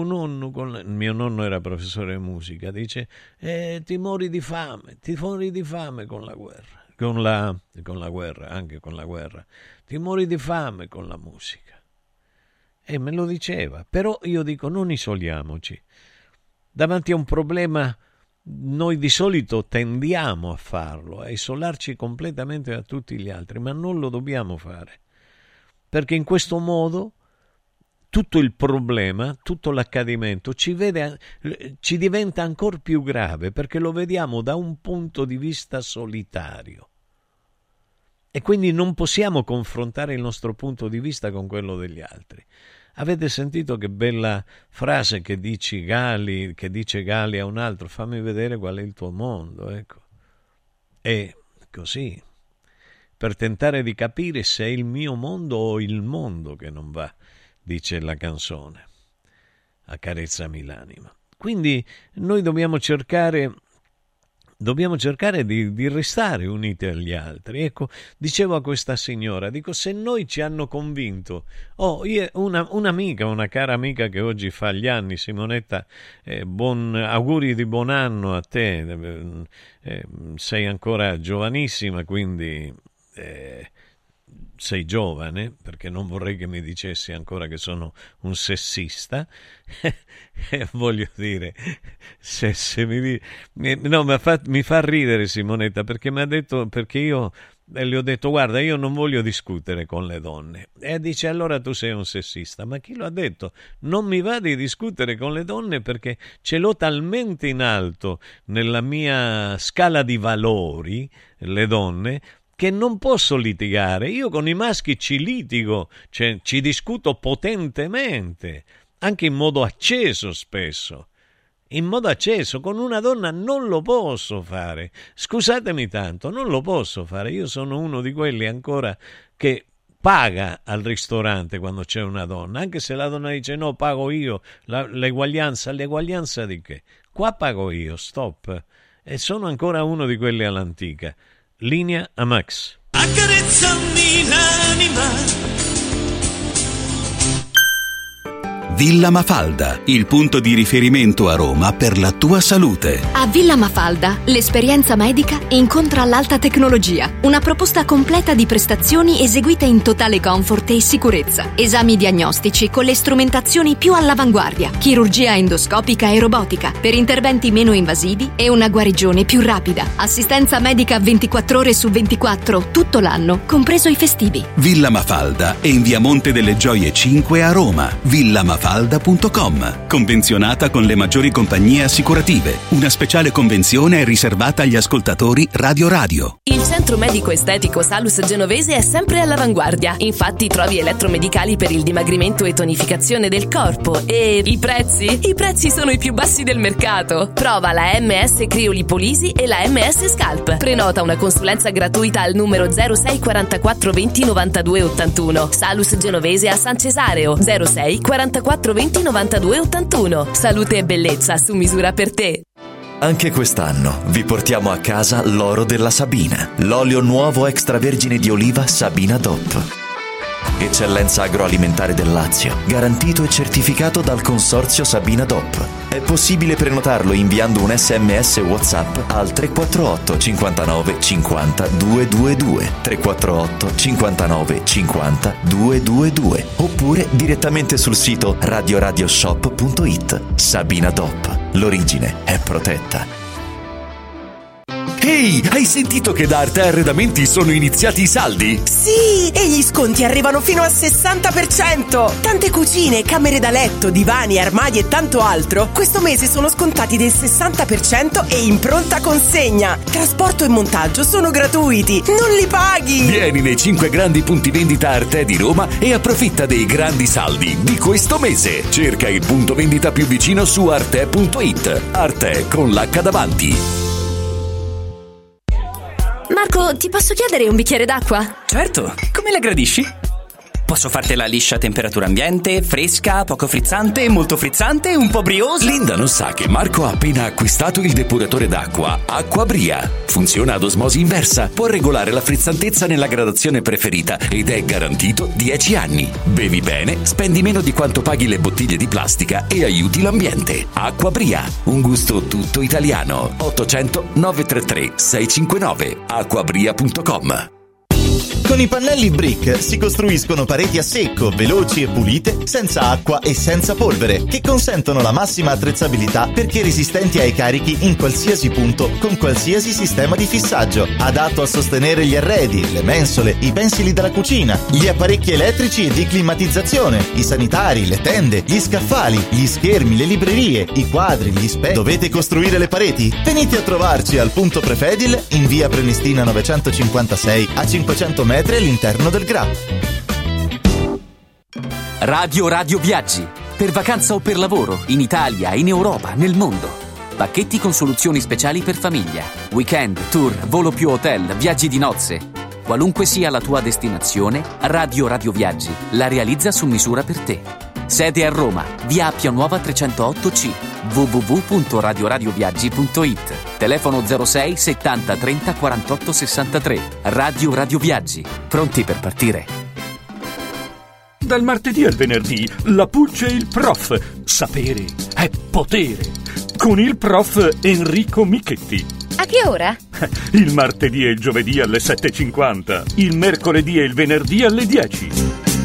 mio nonno era professore di musica, dice ti mori di fame con la guerra, con la guerra, anche con la guerra, ti mori di fame con la musica, e me lo diceva. Però io dico, non isoliamoci davanti a un problema. Noi di solito tendiamo a farlo, a isolarci completamente da tutti gli altri, ma non lo dobbiamo fare, perché in questo modo tutto il problema, tutto l'accadimento ci diventa ancora più grave, perché lo vediamo da un punto di vista solitario, e quindi non possiamo confrontare il nostro punto di vista con quello degli altri. Avete sentito che bella frase che dice Gali a un altro? Fammi vedere qual è il tuo mondo, ecco. E così, per tentare di capire se è il mio mondo o il mondo che non va, dice la canzone, accarezzami l'anima. Quindi noi dobbiamo cercare di restare uniti agli altri. Ecco, dicevo a questa signora, dico, se noi ci hanno convinto, un'amica, una cara amica che oggi fa gli anni, Simonetta, auguri di buon anno a te, sei ancora giovanissima, quindi sei giovane, perché non vorrei che mi dicessi ancora che sono un sessista. Voglio dire, se mi fa ridere Simonetta, perché mi ha detto, perché io le ho detto, guarda, io non voglio discutere con le donne, e dice, allora tu sei un sessista. Ma chi lo ha detto? Non mi va di discutere con le donne, perché ce l'ho talmente in alto nella mia scala di valori, le donne, che non posso litigare. Io con i maschi ci litigo, cioè ci discuto potentemente, anche in modo acceso spesso. In modo acceso, con una donna non lo posso fare. Scusatemi tanto, non lo posso fare. Io sono uno di quelli ancora che paga al ristorante quando c'è una donna, anche se la donna dice no, pago io, l'eguaglianza di che? Qua pago io, stop. E sono ancora uno di quelli all'antica. Linea a Max. Accarezzami l'anima. Villa Mafalda, il punto di riferimento a Roma per la tua salute. A Villa Mafalda l'esperienza medica incontra l'alta tecnologia. Una proposta completa di prestazioni eseguite in totale comfort e sicurezza. Esami diagnostici con le strumentazioni più all'avanguardia. Chirurgia endoscopica e robotica per interventi meno invasivi e una guarigione più rapida. Assistenza medica 24 ore su 24 tutto l'anno, compreso i festivi. Villa Mafalda è in via Monte delle Gioie 5 a Roma. villamafalda.com. Convenzionata con le maggiori compagnie assicurative. Una speciale convenzione è riservata agli ascoltatori Radio. Il centro medico estetico Salus Genovese è sempre all'avanguardia. Infatti trovi elettromedicali per il dimagrimento e tonificazione del corpo. E i prezzi? I prezzi sono i più bassi del mercato. Prova la MS Criolipolisi e la MS Scalp. Prenota una consulenza gratuita al numero 06 44 20 92 81. Salus Genovese a San Cesareo 06 44 20 92 81. Salute e bellezza su misura per te. Anche quest'anno vi portiamo a casa l'oro della Sabina, l'olio nuovo extravergine di oliva Sabina DOP. Eccellenza agroalimentare del Lazio, garantito e certificato dal consorzio Sabina DOP. È possibile prenotarlo inviando un SMS WhatsApp al 348 59 50 222, 348 59 50 222, oppure direttamente sul sito radioradioshop.it. Sabina DOP, l'origine è protetta. Ehi, hai sentito che da Arte Arredamenti sono iniziati i saldi? Sì, e gli sconti arrivano fino al 60%. Tante cucine, camere da letto, divani, armadi e tanto altro questo mese sono scontati del 60% e in pronta consegna. Trasporto e montaggio sono gratuiti, non li paghi. Vieni nei 5 grandi punti vendita Arte di Roma e approfitta dei grandi saldi di questo mese. Cerca il punto vendita più vicino su arte.it. Arte con l'H davanti. Marco, ti posso chiedere un bicchiere d'acqua? Certo, come la gradisci? Posso fartela liscia a temperatura ambiente, fresca, poco frizzante, molto frizzante, un po' briosa? Linda non sa che Marco ha appena acquistato il depuratore d'acqua Acquabria. Funziona ad osmosi inversa, può regolare la frizzantezza nella gradazione preferita ed è garantito 10 anni. Bevi bene, spendi meno di quanto paghi le bottiglie di plastica e aiuti l'ambiente. Acquabria, un gusto tutto italiano. 800 933 659 acquabria.com. Con i pannelli Brick si costruiscono pareti a secco, veloci e pulite, senza acqua e senza polvere, che consentono la massima attrezzabilità perché resistenti ai carichi in qualsiasi punto con qualsiasi sistema di fissaggio, adatto a sostenere gli arredi, le mensole, i pensili della cucina, gli apparecchi elettrici e di climatizzazione, i sanitari, le tende, gli scaffali, gli schermi, le librerie, i quadri, gli specchi. Dovete costruire le pareti? Venite a trovarci al punto Prefedil in via Prenestina 956 a 500 metri all'interno del GRA. Radio Viaggi. Per vacanza o per lavoro, in Italia, in Europa, nel mondo. Pacchetti con soluzioni speciali per famiglia. Weekend, tour, volo più hotel, viaggi di nozze. Qualunque sia la tua destinazione, Radio Viaggi la realizza su misura per te. Sede a Roma, via Appia Nuova 308C. www.radioradioviaggi.it. Telefono 06 70 30 48 63. Radio Viaggi. Pronti per partire? Dal martedì al venerdì, la Pulce e il prof. Sapere è potere. Con il prof Enrico Michetti. A che ora? Il martedì e il giovedì alle 7:50. Il mercoledì e il venerdì alle 10.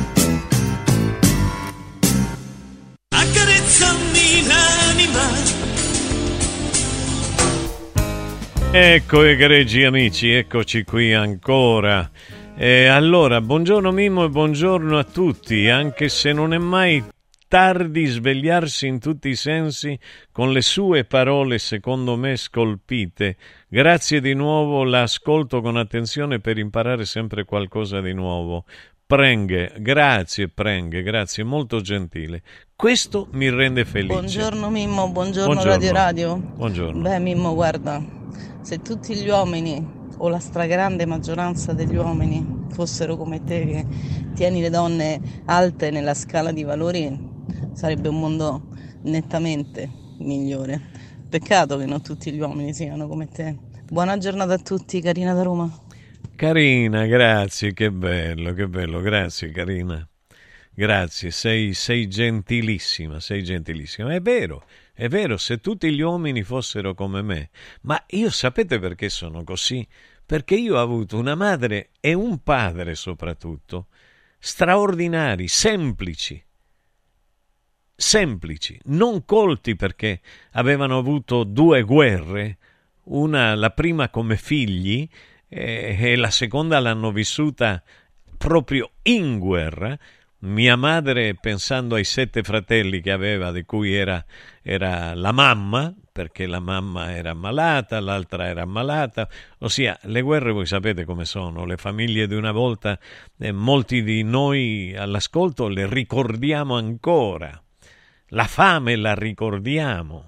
Ecco, egregi amici, eccoci qui ancora. Allora, buongiorno Mimmo e buongiorno a tutti, anche se non è mai tardi svegliarsi in tutti i sensi con le sue parole secondo me scolpite. Grazie di nuovo, la ascolto con attenzione per imparare sempre qualcosa di nuovo. Prenghe, grazie, molto gentile. Questo mi rende felice. Buongiorno Mimmo, buongiorno. Radio. Buongiorno. Beh Mimmo, guarda, se tutti gli uomini o la stragrande maggioranza degli uomini fossero come te, che tieni le donne alte nella scala di valori, sarebbe un mondo nettamente migliore. Peccato che non tutti gli uomini siano come te. Buona giornata a tutti, Carina da Roma. Carina, grazie, che bello, grazie Carina. Grazie, sei gentilissima, sei gentilissima. È vero, se tutti gli uomini fossero come me. Ma io sapete perché sono così? Perché io ho avuto una madre e un padre soprattutto straordinari, semplici, non colti perché avevano avuto 2 guerre, la prima come figli e la seconda l'hanno vissuta proprio in guerra. Mia madre, pensando ai 7 fratelli che aveva, di cui era la mamma, perché la mamma era ammalata, l'altra era ammalata, ossia le guerre voi sapete come sono, le famiglie di una volta, molti di noi all'ascolto le ricordiamo ancora, la fame la ricordiamo,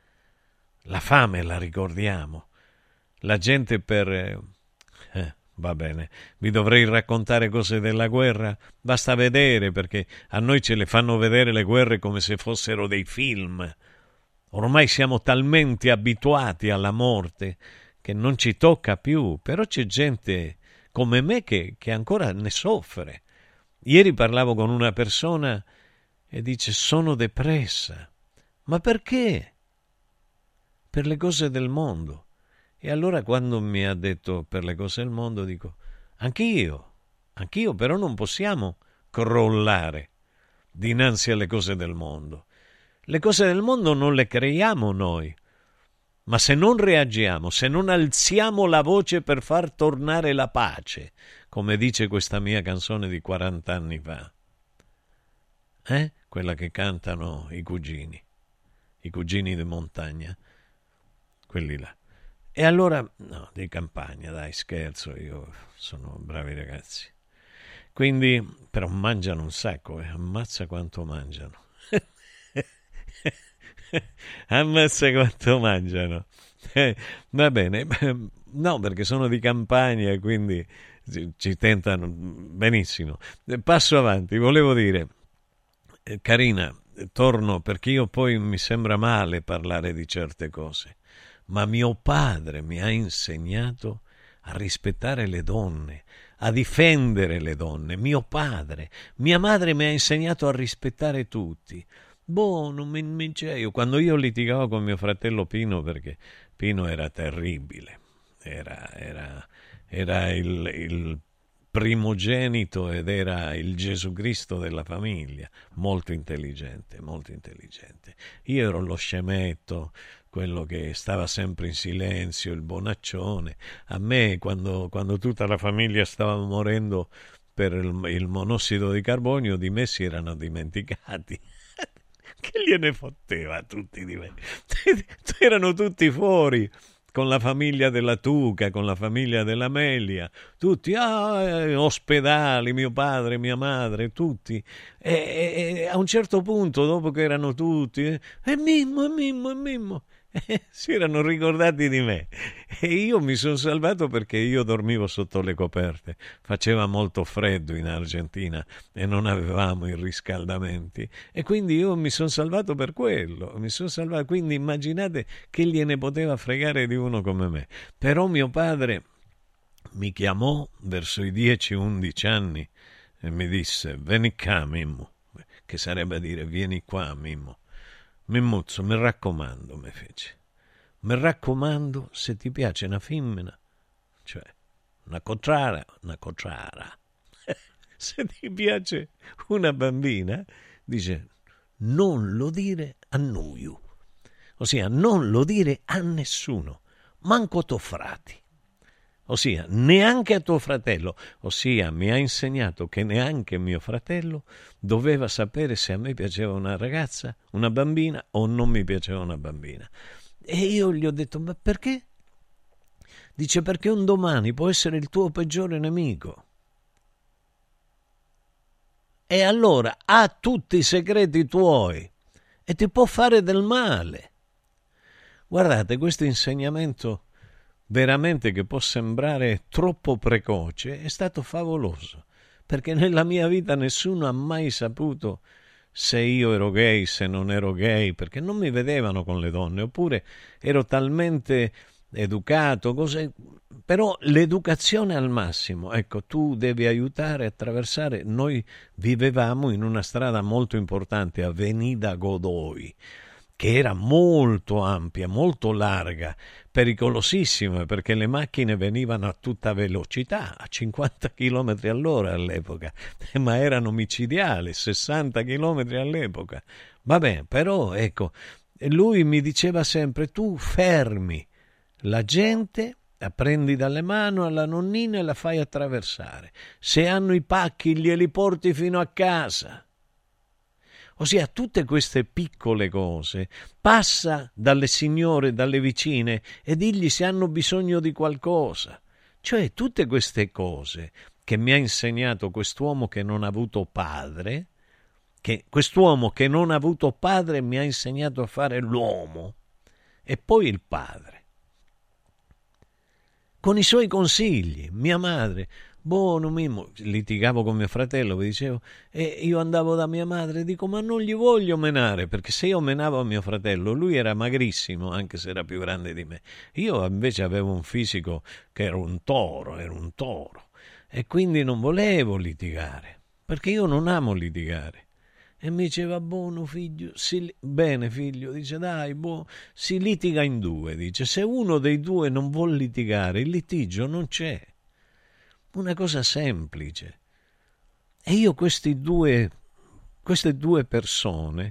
la gente va bene, vi dovrei raccontare cose della guerra? Basta vedere, perché a noi ce le fanno vedere le guerre come se fossero dei film. Ormai siamo talmente abituati alla morte che non ci tocca più, però c'è gente come me che ancora ne soffre. Ieri parlavo con una persona e dice: sono depressa. Ma perché? Per le cose del mondo. E allora quando mi ha detto per le cose del mondo, dico, anch'io, però non possiamo crollare dinanzi alle cose del mondo. Le cose del mondo non le creiamo noi, ma se non reagiamo, se non alziamo la voce per far tornare la pace, come dice questa mia canzone di 40 anni fa, quella che cantano i cugini di montagna, quelli là. E allora, no, di campagna, dai, scherzo, io sono bravi ragazzi. Quindi, però mangiano un sacco, ammazza quanto mangiano. Ammazza quanto mangiano. Va bene, no, perché sono di campagna e quindi ci tentano benissimo. Passo avanti, volevo dire, Carina, torno, perché io poi mi sembra male parlare di certe cose. Ma mio padre mi ha insegnato a rispettare le donne, a difendere le donne. Mio padre, mia madre mi ha insegnato a rispettare tutti. Io quando io litigavo con mio fratello Pino, perché Pino era terribile, era il primogenito ed era il Gesù Cristo della famiglia, molto intelligente. Io ero lo scemetto, quello che stava sempre in silenzio, il bonaccione. A me, quando tutta la famiglia stava morendo per il monossido di carbonio, di me si erano dimenticati. Che gliene fotteva tutti di me? Erano tutti fuori, con la famiglia della Tuca, con la famiglia dell'Amelia, tutti, ospedali, mio padre, mia madre, tutti. E a un certo punto, dopo che erano tutti, Mimmo, si erano ricordati di me. E io mi sono salvato perché io dormivo sotto le coperte. Faceva molto freddo in Argentina e non avevamo i riscaldamenti. E quindi io mi sono salvato per quello. Quindi immaginate che gliene poteva fregare di uno come me. Però mio padre mi chiamò verso i 10-11 anni e mi disse: vieni qua, Mimmo, che sarebbe a dire vieni qua, Mimmo. Mimmuzzo, mi raccomando, mi fece. Mi raccomando, se ti piace una femmina, cioè una cocciara, se ti piace una bambina, dice, non lo dire a nuiu, ossia non lo dire a nessuno, manco a tuo frati. Ossia, neanche a tuo fratello. Ossia, mi ha insegnato che neanche mio fratello doveva sapere se a me piaceva una ragazza, una bambina, o non mi piaceva una bambina. E io gli ho detto, ma perché? Dice, perché un domani può essere il tuo peggiore nemico. E allora ha tutti i segreti tuoi e ti può fare del male. Guardate, questo insegnamento veramente, che può sembrare troppo precoce, è stato favoloso, perché nella mia vita nessuno ha mai saputo se io ero gay, se non ero gay, perché non mi vedevano con le donne, oppure ero talmente educato, cose, però l'educazione al massimo. Ecco, tu devi aiutare a attraversare. Noi vivevamo in una strada molto importante, Avenida Godoy, che era molto ampia, molto larga, pericolosissima, perché le macchine venivano a tutta velocità, a 50 km all'ora all'epoca, ma erano micidiali, 60 km all'epoca. Vabbè, però ecco, lui mi diceva sempre: tu fermi la gente, la prendi dalle mani alla nonnina e la fai attraversare. Se hanno i pacchi glieli porti fino a casa. Ossia, tutte queste piccole cose. Passa dalle signore, dalle vicine e digli se hanno bisogno di qualcosa. Cioè, tutte queste cose che mi ha insegnato quest'uomo che non ha avuto padre, che quest'uomo che non ha avuto padre mi ha insegnato a fare l'uomo e poi il padre. Con i suoi consigli, mia madre, buono Mimmo, litigavo con mio fratello, vi dicevo, e io andavo da mia madre e dico: ma non gli voglio menare, perché se io menavo a mio fratello, lui era magrissimo, anche se era più grande di me, io invece avevo un fisico che era un toro, e quindi non volevo litigare, perché io non amo litigare. E mi diceva: buono figlio, bene figlio, dice dai, si litiga in due, dice, se uno dei due non vuol litigare, il litigio non c'è. Una cosa semplice. E io queste due persone,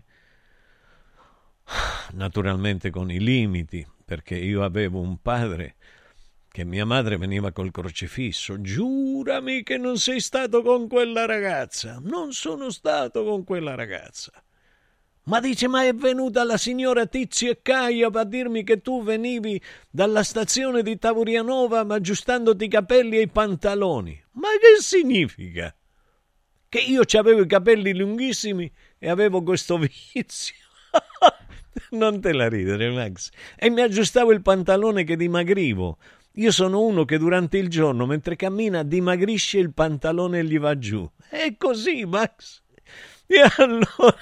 naturalmente con i limiti, perché io avevo un padre che mia madre veniva col crocifisso: giurami che non sei stato con quella ragazza. Non sono stato con quella ragazza. Ma dice: ma è venuta la signora Tizio e Caio a dirmi che tu venivi dalla stazione di Tavurianova aggiustandoti i capelli e i pantaloni. Ma che significa? Che io avevo i capelli lunghissimi e avevo questo vizio. Non te la ridere, Max. E mi aggiustavo il pantalone che dimagrivo. Io sono uno che durante il giorno, mentre cammina, dimagrisce il pantalone e gli va giù. È così, Max. E allora...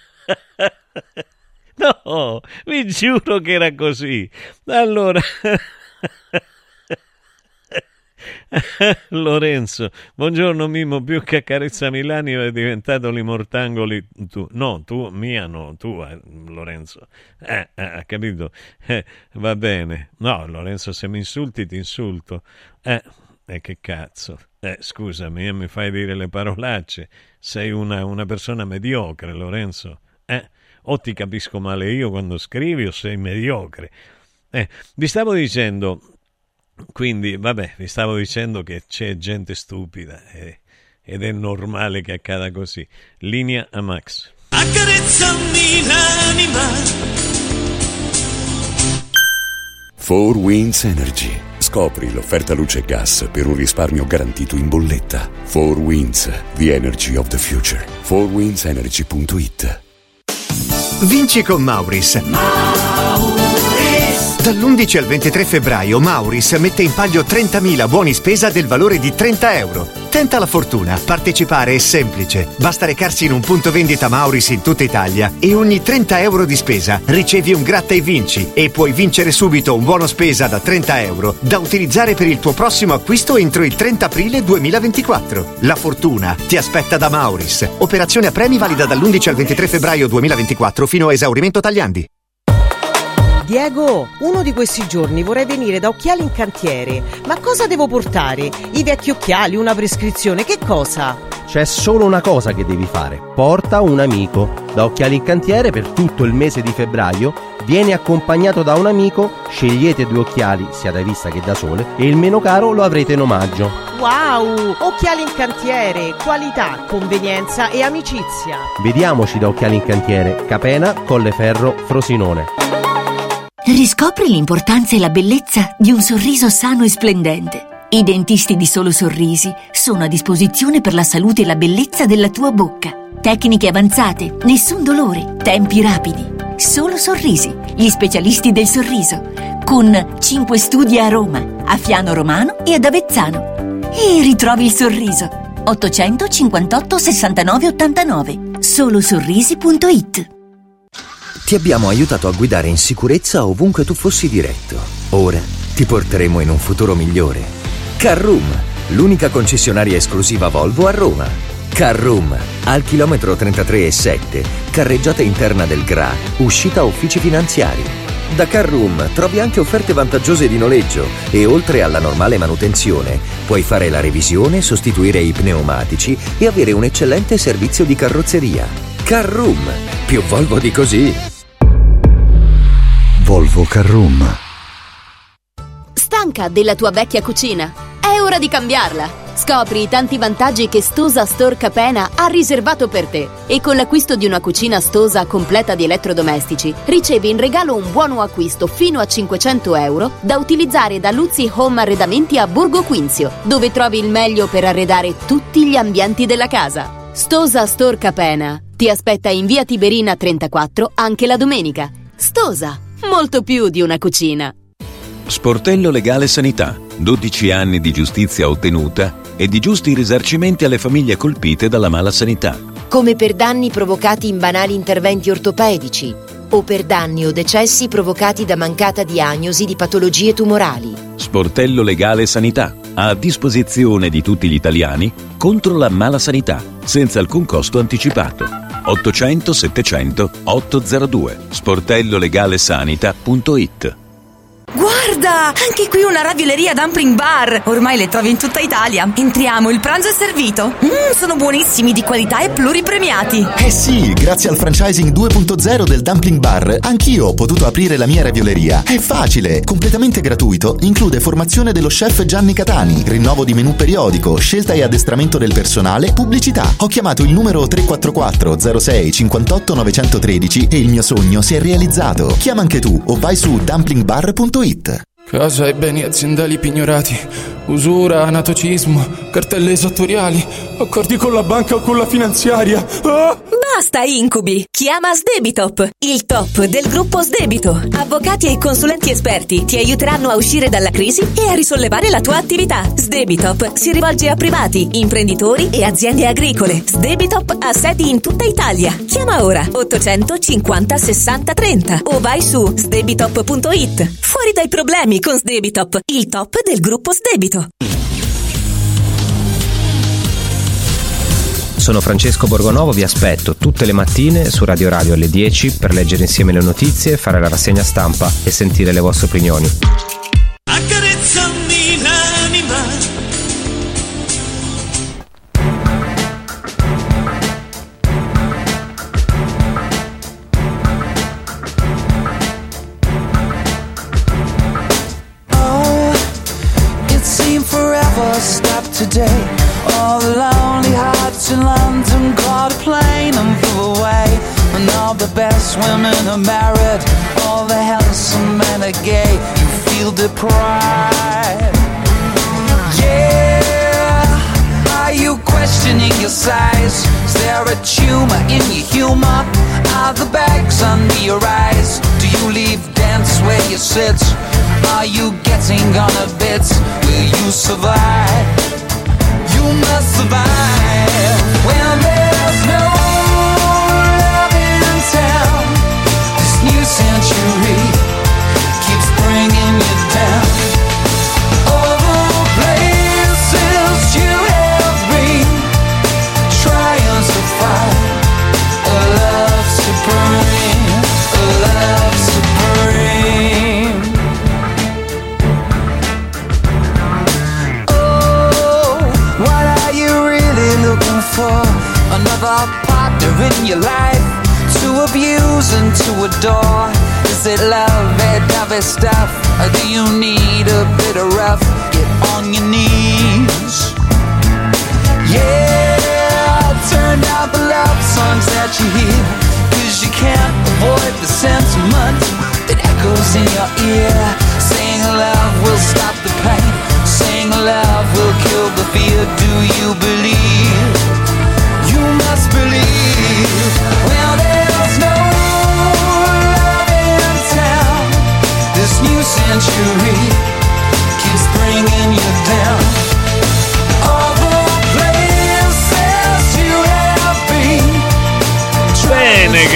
No, vi giuro che era così. Allora... Lorenzo, buongiorno Mimmo, più che accarezza Milani è diventato Limortangoli tu. No, tu, mia no, tu Lorenzo. Capito? Va bene. No, Lorenzo, se mi insulti ti insulto. Che cazzo. Scusami, mi fai dire le parolacce. Sei una persona mediocre, Lorenzo. O ti capisco male io quando scrivi o sei mediocre. Vi stavo dicendo... Quindi, vabbè, vi stavo dicendo che c'è gente stupida ed è normale che accada così. Linea a Max. Accarezzami l'anima. 4 Winds Energy. Scopri l'offerta luce e gas per un risparmio garantito in bolletta. 4 Winds, the energy of the future. 4windsenergy.it. Vinci con Mauris. Dall'11 al 23 febbraio Mauris mette in palio 30.000 buoni spesa del valore di €30. Tenta la fortuna, partecipare è semplice. Basta recarsi in un punto vendita Mauris in tutta Italia e ogni €30 di spesa ricevi un gratta e vinci e puoi vincere subito un buono spesa da €30 da utilizzare per il tuo prossimo acquisto entro il 30 aprile 2024. La fortuna ti aspetta da Mauris. Operazione a premi valida dall'11 al 23 febbraio 2024 fino a esaurimento tagliandi. Diego, uno di questi giorni vorrei venire da Occhiali in Cantiere. Ma cosa devo portare? I vecchi occhiali, una prescrizione, che cosa? C'è solo una cosa che devi fare. Porta un amico. Da Occhiali in Cantiere per tutto il mese di febbraio vieni accompagnato da un amico, scegliete 2 occhiali, sia da vista che da sole, e il meno caro lo avrete in omaggio. Wow! Occhiali in Cantiere, qualità, convenienza e amicizia. Vediamoci da Occhiali in Cantiere, Capena, Colleferro, Frosinone. Riscopri l'importanza e la bellezza di un sorriso sano e splendente. I dentisti di Solo Sorrisi sono a disposizione per la salute e la bellezza della tua bocca. Tecniche avanzate, nessun dolore, tempi rapidi. Solo Sorrisi, gli specialisti del sorriso. Con 5 studi a Roma, a Fiano Romano e ad Avezzano. E ritrovi il sorriso. 858 69 89. Solosorrisi.it. Ti abbiamo aiutato a guidare in sicurezza ovunque tu fossi diretto. Ora ti porteremo in un futuro migliore. Carroom, l'unica concessionaria esclusiva Volvo a Roma. Carroom, al chilometro 33,7, carreggiata interna del GRA, uscita uffici finanziari. Da Carroom trovi anche offerte vantaggiose di noleggio e oltre alla normale manutenzione puoi fare la revisione, sostituire i pneumatici e avere un eccellente servizio di carrozzeria. Carroom, più Volvo di così. Volvo Carroom. Stanca della tua vecchia cucina? È ora di cambiarla! Scopri i tanti vantaggi che Stosa Store Capena ha riservato per te. E con l'acquisto di una cucina Stosa completa di elettrodomestici, ricevi in regalo un buono acquisto fino a 500 euro da utilizzare da Luzzi Home Arredamenti a Borgo Quinzio, dove trovi il meglio per arredare tutti gli ambienti della casa. Stosa Store Capena ti aspetta in via Tiberina 34 anche la domenica. Stosa, molto più di una cucina. Sportello Legale Sanità. 12 anni di giustizia ottenuta e di giusti risarcimenti alle famiglie colpite dalla mala sanità. Come per danni provocati in banali interventi ortopedici o per danni o decessi provocati da mancata diagnosi di patologie tumorali. Sportello Legale Sanità. A disposizione di tutti gli italiani contro la mala sanità, senza alcun costo anticipato. 800 700 802. sportellolegalesanita.it. Guarda, anche qui una ravioleria Dumpling Bar. Ormai le trovi in tutta Italia. Entriamo, il pranzo è servito. Sono buonissimi, di qualità e pluripremiati. Eh sì, grazie al franchising 2.0 del Dumpling Bar, anch'io ho potuto aprire la mia ravioleria. È facile, completamente gratuito, include formazione dello chef Gianni Catani, rinnovo di menù periodico, scelta e addestramento del personale, pubblicità. Ho chiamato il numero 344 06 58 913 e il mio sogno si è realizzato. Chiama anche tu o vai su dumplingbar.it. Casa e beni aziendali pignorati, usura, anatocismo, cartelle esattoriali, accordi con la banca o con la finanziaria. Ah! Basta incubi! Chiama Sdebitop, il top del gruppo Sdebito. Avvocati e consulenti esperti ti aiuteranno a uscire dalla crisi e a risollevare la tua attività. Sdebitop si rivolge a privati, imprenditori e aziende agricole. Sdebitop ha sedi in tutta Italia. Chiama ora 850 60 30 o vai su sdebitop.it. Fuori dai problemi con Sdebitop, il top del gruppo Sdebito. Sono Francesco Borgonovo, vi aspetto tutte le mattine su Radio Radio alle 10 per leggere insieme le notizie, fare la rassegna stampa e sentire le vostre opinioni. Accarezzami l'anima. Oh, it seemed forever stopped today. All the lonely hearts in London caught a plane and flew away. And all the best women are married, all the handsome men are gay. You feel deprived. Yeah, are you questioning your size? Is there a tumor in your humor? Are the bags under your eyes? Do you leave dance where you sit? Are you getting on a bit? Will you survive? You must survive when there's no love in town. This new century keeps bringing you down. All the places you have been, trying to find a love supreme, a love supreme. For another partner in your life to abuse and to adore. Is it lovey-dovey stuff, or do you need a bit of rough? Get on your knees. Yeah, turn down the love songs that you hear, 'cause you can't avoid the sentiment that echoes in your ear. Saying love will stop the pain, saying love will kill the fear. Do you believe? You must believe. Well, there's no love in town. This new century keeps bringing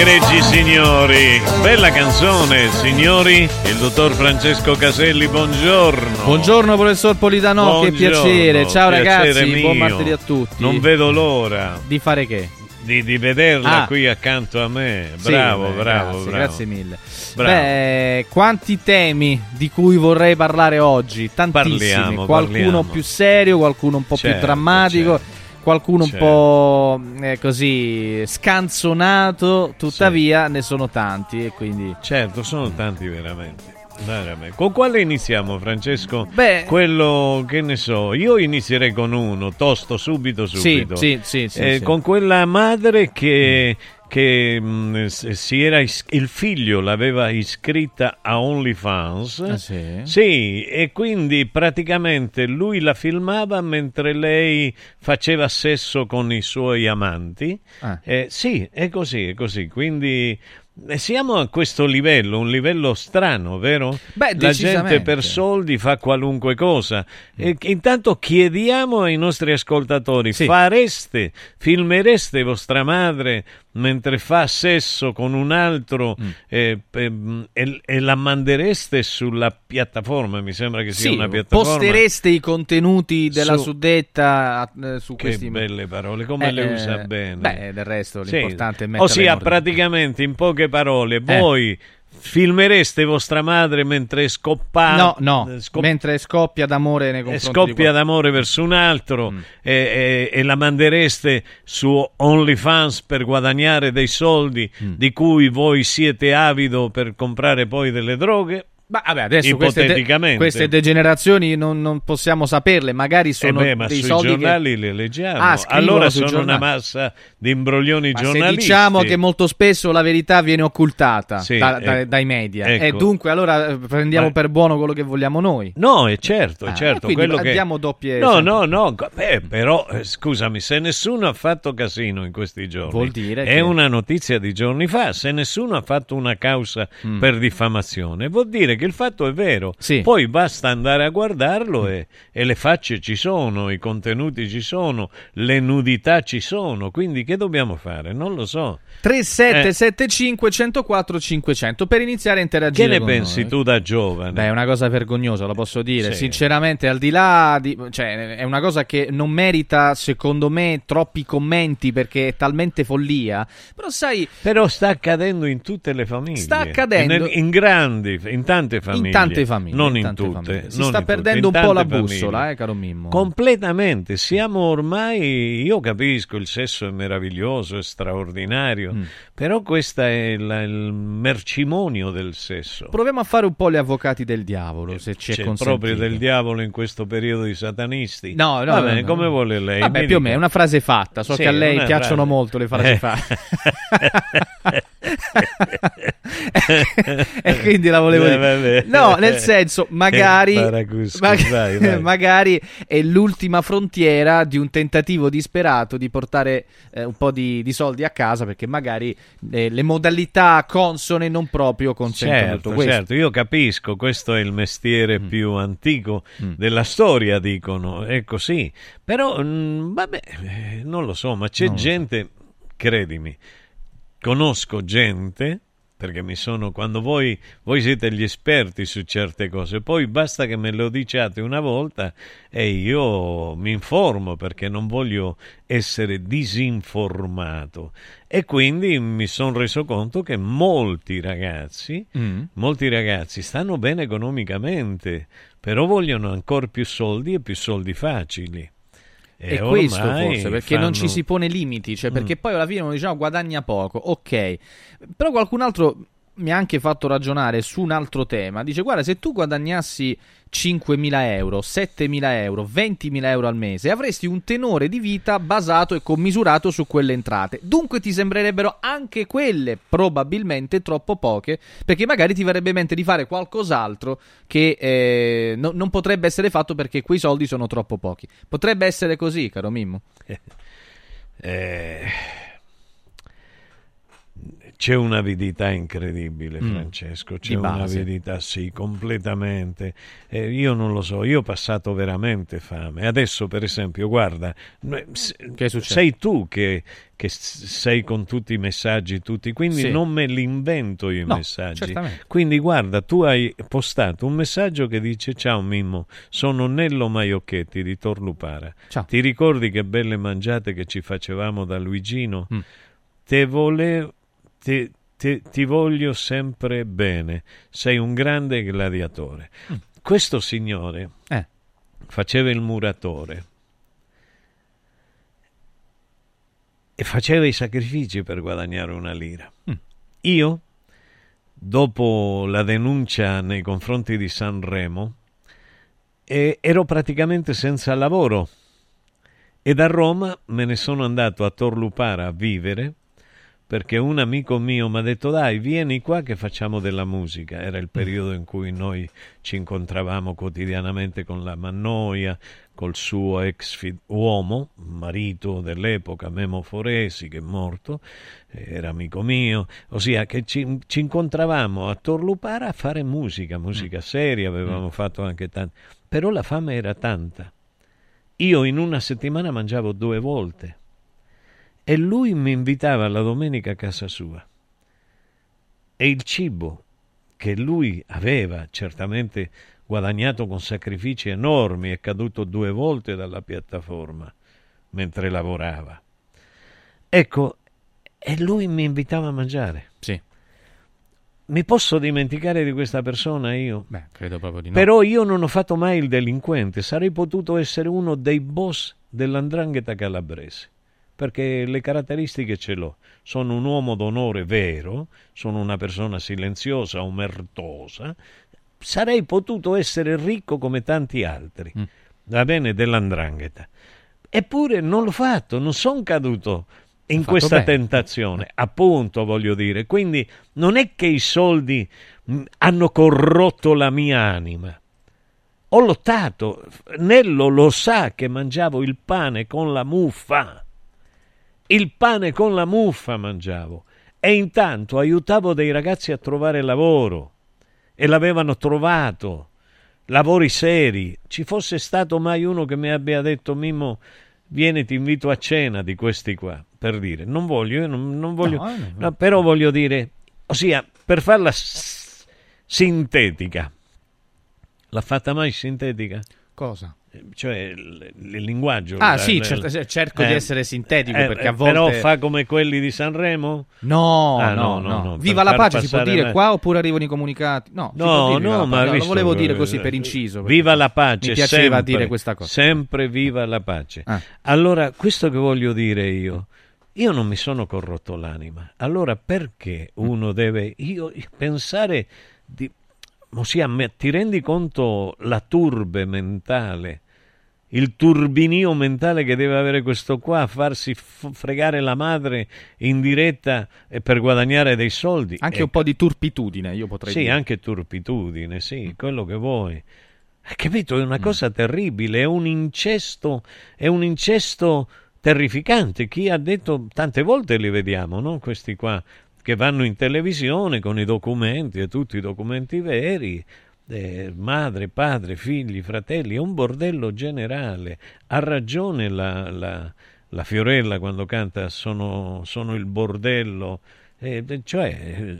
egregi signori, bella canzone, signori. Il dottor Francesco Caselli, buongiorno. Buongiorno professor Politano, che piacere. Ciao ragazzi, mio. buon martedì a tutti. Non vedo l'ora di fare che? Di vederla qui accanto a me. Bravo, sì, bravo. Grazie mille. Bravo. Beh, quanti temi di cui vorrei parlare oggi? Tantissimi. Qualcuno più serio, qualcuno un po' più drammatico. Qualcuno un po' così scanzonato, tuttavia ne sono tanti e quindi... Certo, sono tanti veramente. Con quale iniziamo, Francesco? Beh, quello che ne so, io inizierei con uno, tosto, subito. Sì. Con quella madre che si era il figlio l'aveva iscritta a OnlyFans. Sì, e quindi praticamente lui la filmava mentre lei faceva sesso con i suoi amanti. Sì, è così, quindi siamo a questo livello, un livello strano, vero? Beh, la gente per soldi fa qualunque cosa. E intanto chiediamo ai nostri ascoltatori: filmereste vostra madre mentre fa sesso con un altro e la mandereste sulla piattaforma? Mi sembra che sia una piattaforma. Postereste i contenuti della suddetta su questi... Che belle parole, come le usa bene. Beh, del resto l'importante è metterle ossia, praticamente, in poche parole, voi filmereste vostra madre mentre mentre scoppia d'amore nei confronti scoppia d'amore verso un altro e la mandereste su OnlyFans per guadagnare dei soldi di cui voi siete avido per comprare poi delle droghe? Ma vabbè, adesso queste degenerazioni non possiamo saperle, magari sono ma dei sui soldi giornali le leggiamo. Allora sono una massa di imbroglioni giornalistici. Se diciamo che molto spesso la verità viene occultata dai media, e dunque allora prendiamo per buono quello che vogliamo noi. No, è certo. Quello che diamo doppie. No. Però scusami, se nessuno ha fatto casino in questi giorni, vuol dire è una notizia di giorni fa. Se nessuno ha fatto una causa per diffamazione, vuol dire che il fatto è vero. Poi basta andare a guardarlo e le facce ci sono, i contenuti ci sono, le nudità ci sono, quindi che dobbiamo fare? Non lo so. 3775 104 500 per iniziare a interagire. Che ne pensi tu da giovane? Beh, è una cosa vergognosa, lo posso dire. Sinceramente, al di là è una cosa che non merita, secondo me, troppi commenti, perché è talmente follia. Però sta accadendo in tutte le famiglie. Sta accadendo in tante famiglie. Non in tutte. Si sta perdendo un po' la bussola, caro Mimmo. Completamente. Siamo ormai, io capisco, il sesso è meraviglioso, è straordinario, però questo è il mercimonio del sesso. Proviamo a fare un po' gli avvocati del diavolo, se ci è consentito. Proprio del diavolo in questo periodo di satanisti. No. Va bene, come vuole lei. Vabbè, più o meno è una frase fatta. So che a lei piacciono molto le frasi fatte. E quindi la volevo dire. No, nel senso, magari è l'ultima frontiera di un tentativo disperato di portare un po' di soldi a casa, perché magari le modalità consone non proprio consentono tutto questo. Certo, io capisco, questo è il mestiere più antico della storia, dicono, è così. Però, non lo so, ma c'è gente, credimi, conosco gente, perché quando voi siete gli esperti su certe cose, poi basta che me lo diciate una volta e io mi informo, perché non voglio essere disinformato. E quindi mi sono reso conto che molti ragazzi stanno bene economicamente, però vogliono ancora più soldi e più soldi facili. E questo forse perché non ci si pone limiti, perché poi alla fine uno dice guadagna poco, ok, però qualcun altro mi ha anche fatto ragionare su un altro tema. Dice: guarda, se tu guadagnassi 5.000 euro, 7.000 euro, 20.000 euro al mese, avresti un tenore di vita basato e commisurato su quelle entrate. Dunque ti sembrerebbero anche quelle probabilmente troppo poche, perché magari ti verrebbe in mente di fare qualcos'altro che non potrebbe essere fatto perché quei soldi sono troppo pochi. Potrebbe essere così, caro Mimmo? C'è un'avidità incredibile, Francesco, c'è un'avidità, sì, completamente. Io non lo so, io ho passato veramente fame. Adesso, per esempio, guarda, sei tu che sei con tutti i messaggi, quindi non me li invento i messaggi. Certamente. Quindi guarda, tu hai postato un messaggio che dice: ciao Mimmo, sono Nello Maiocchetti di Torlupara. Ciao. Ti ricordi che belle mangiate che ci facevamo da Luigino? Ti voglio sempre bene, sei un grande gladiatore. Questo signore faceva il muratore e faceva i sacrifici per guadagnare una lira. Io, dopo la denuncia nei confronti di Sanremo, ero praticamente senza lavoro e da Roma me ne sono andato a Torlupara a vivere, perché un amico mio mi ha detto: dai, vieni qua che facciamo della musica. Era il periodo in cui noi ci incontravamo quotidianamente con la Mannoia, col suo ex uomo, marito dell'epoca, Memo Foresi, che è morto, era amico mio, ossia che ci incontravamo a Torlupara a fare musica seria, avevamo fatto anche tanto, però la fame era tanta. Io in una settimana mangiavo 2 volte. E lui mi invitava la domenica a casa sua. E il cibo che lui aveva certamente guadagnato con sacrifici enormi, è caduto 2 volte dalla piattaforma mentre lavorava. Ecco, e lui mi invitava a mangiare. Sì. Mi posso dimenticare di questa persona io? Beh, credo proprio di no. Però io non ho fatto mai il delinquente, sarei potuto essere uno dei boss dell''ndrangheta calabrese, perché le caratteristiche ce l'ho. Sono un uomo d'onore vero, sono una persona silenziosa, omertosa, sarei potuto essere ricco come tanti altri, va bene, dell''ndrangheta. Eppure non l'ho fatto, non sono caduto in questa tentazione, appunto, voglio dire. Quindi non è che i soldi hanno corrotto la mia anima. Ho lottato, Nello lo sa che mangiavo il pane con la muffa. Il pane con la muffa mangiavo e intanto aiutavo dei ragazzi a trovare lavoro e l'avevano trovato, lavori seri. Ci fosse stato mai uno che mi abbia detto: Mimmo, vieni, ti invito a cena di questi qua, per dire. Non voglio, io non voglio, no, però voglio dire, ossia, per farla sintetica. L'ha fatta mai sintetica? Cosa? Cioè il linguaggio. Cerco di essere sintetico, perché a volte... Però fa come quelli di Sanremo? No. Viva la pace si può dire qua oppure arrivano i comunicati? No, ma lo volevo dire così per inciso. Viva la pace, mi piaceva dire questa cosa. Sempre viva la pace. Allora, questo che voglio dire io non mi sono corrotto l'anima. Allora perché uno deve pensare di... Ossia, ti rendi conto la turbe mentale, il turbinio mentale che deve avere questo qua a farsi fregare la madre in diretta per guadagnare dei soldi? Anche un po' di turpitudine, io potrei dire. Sì, anche turpitudine, sì, quello che vuoi. Capito? È una cosa terribile, è un incesto terrificante. Chi ha detto, tante volte li vediamo, no? Questi qua che vanno in televisione con i documenti, e tutti i documenti veri, madre, padre, figli, fratelli, è un bordello generale. Ha ragione la Fiorella quando canta sono il bordello, cioè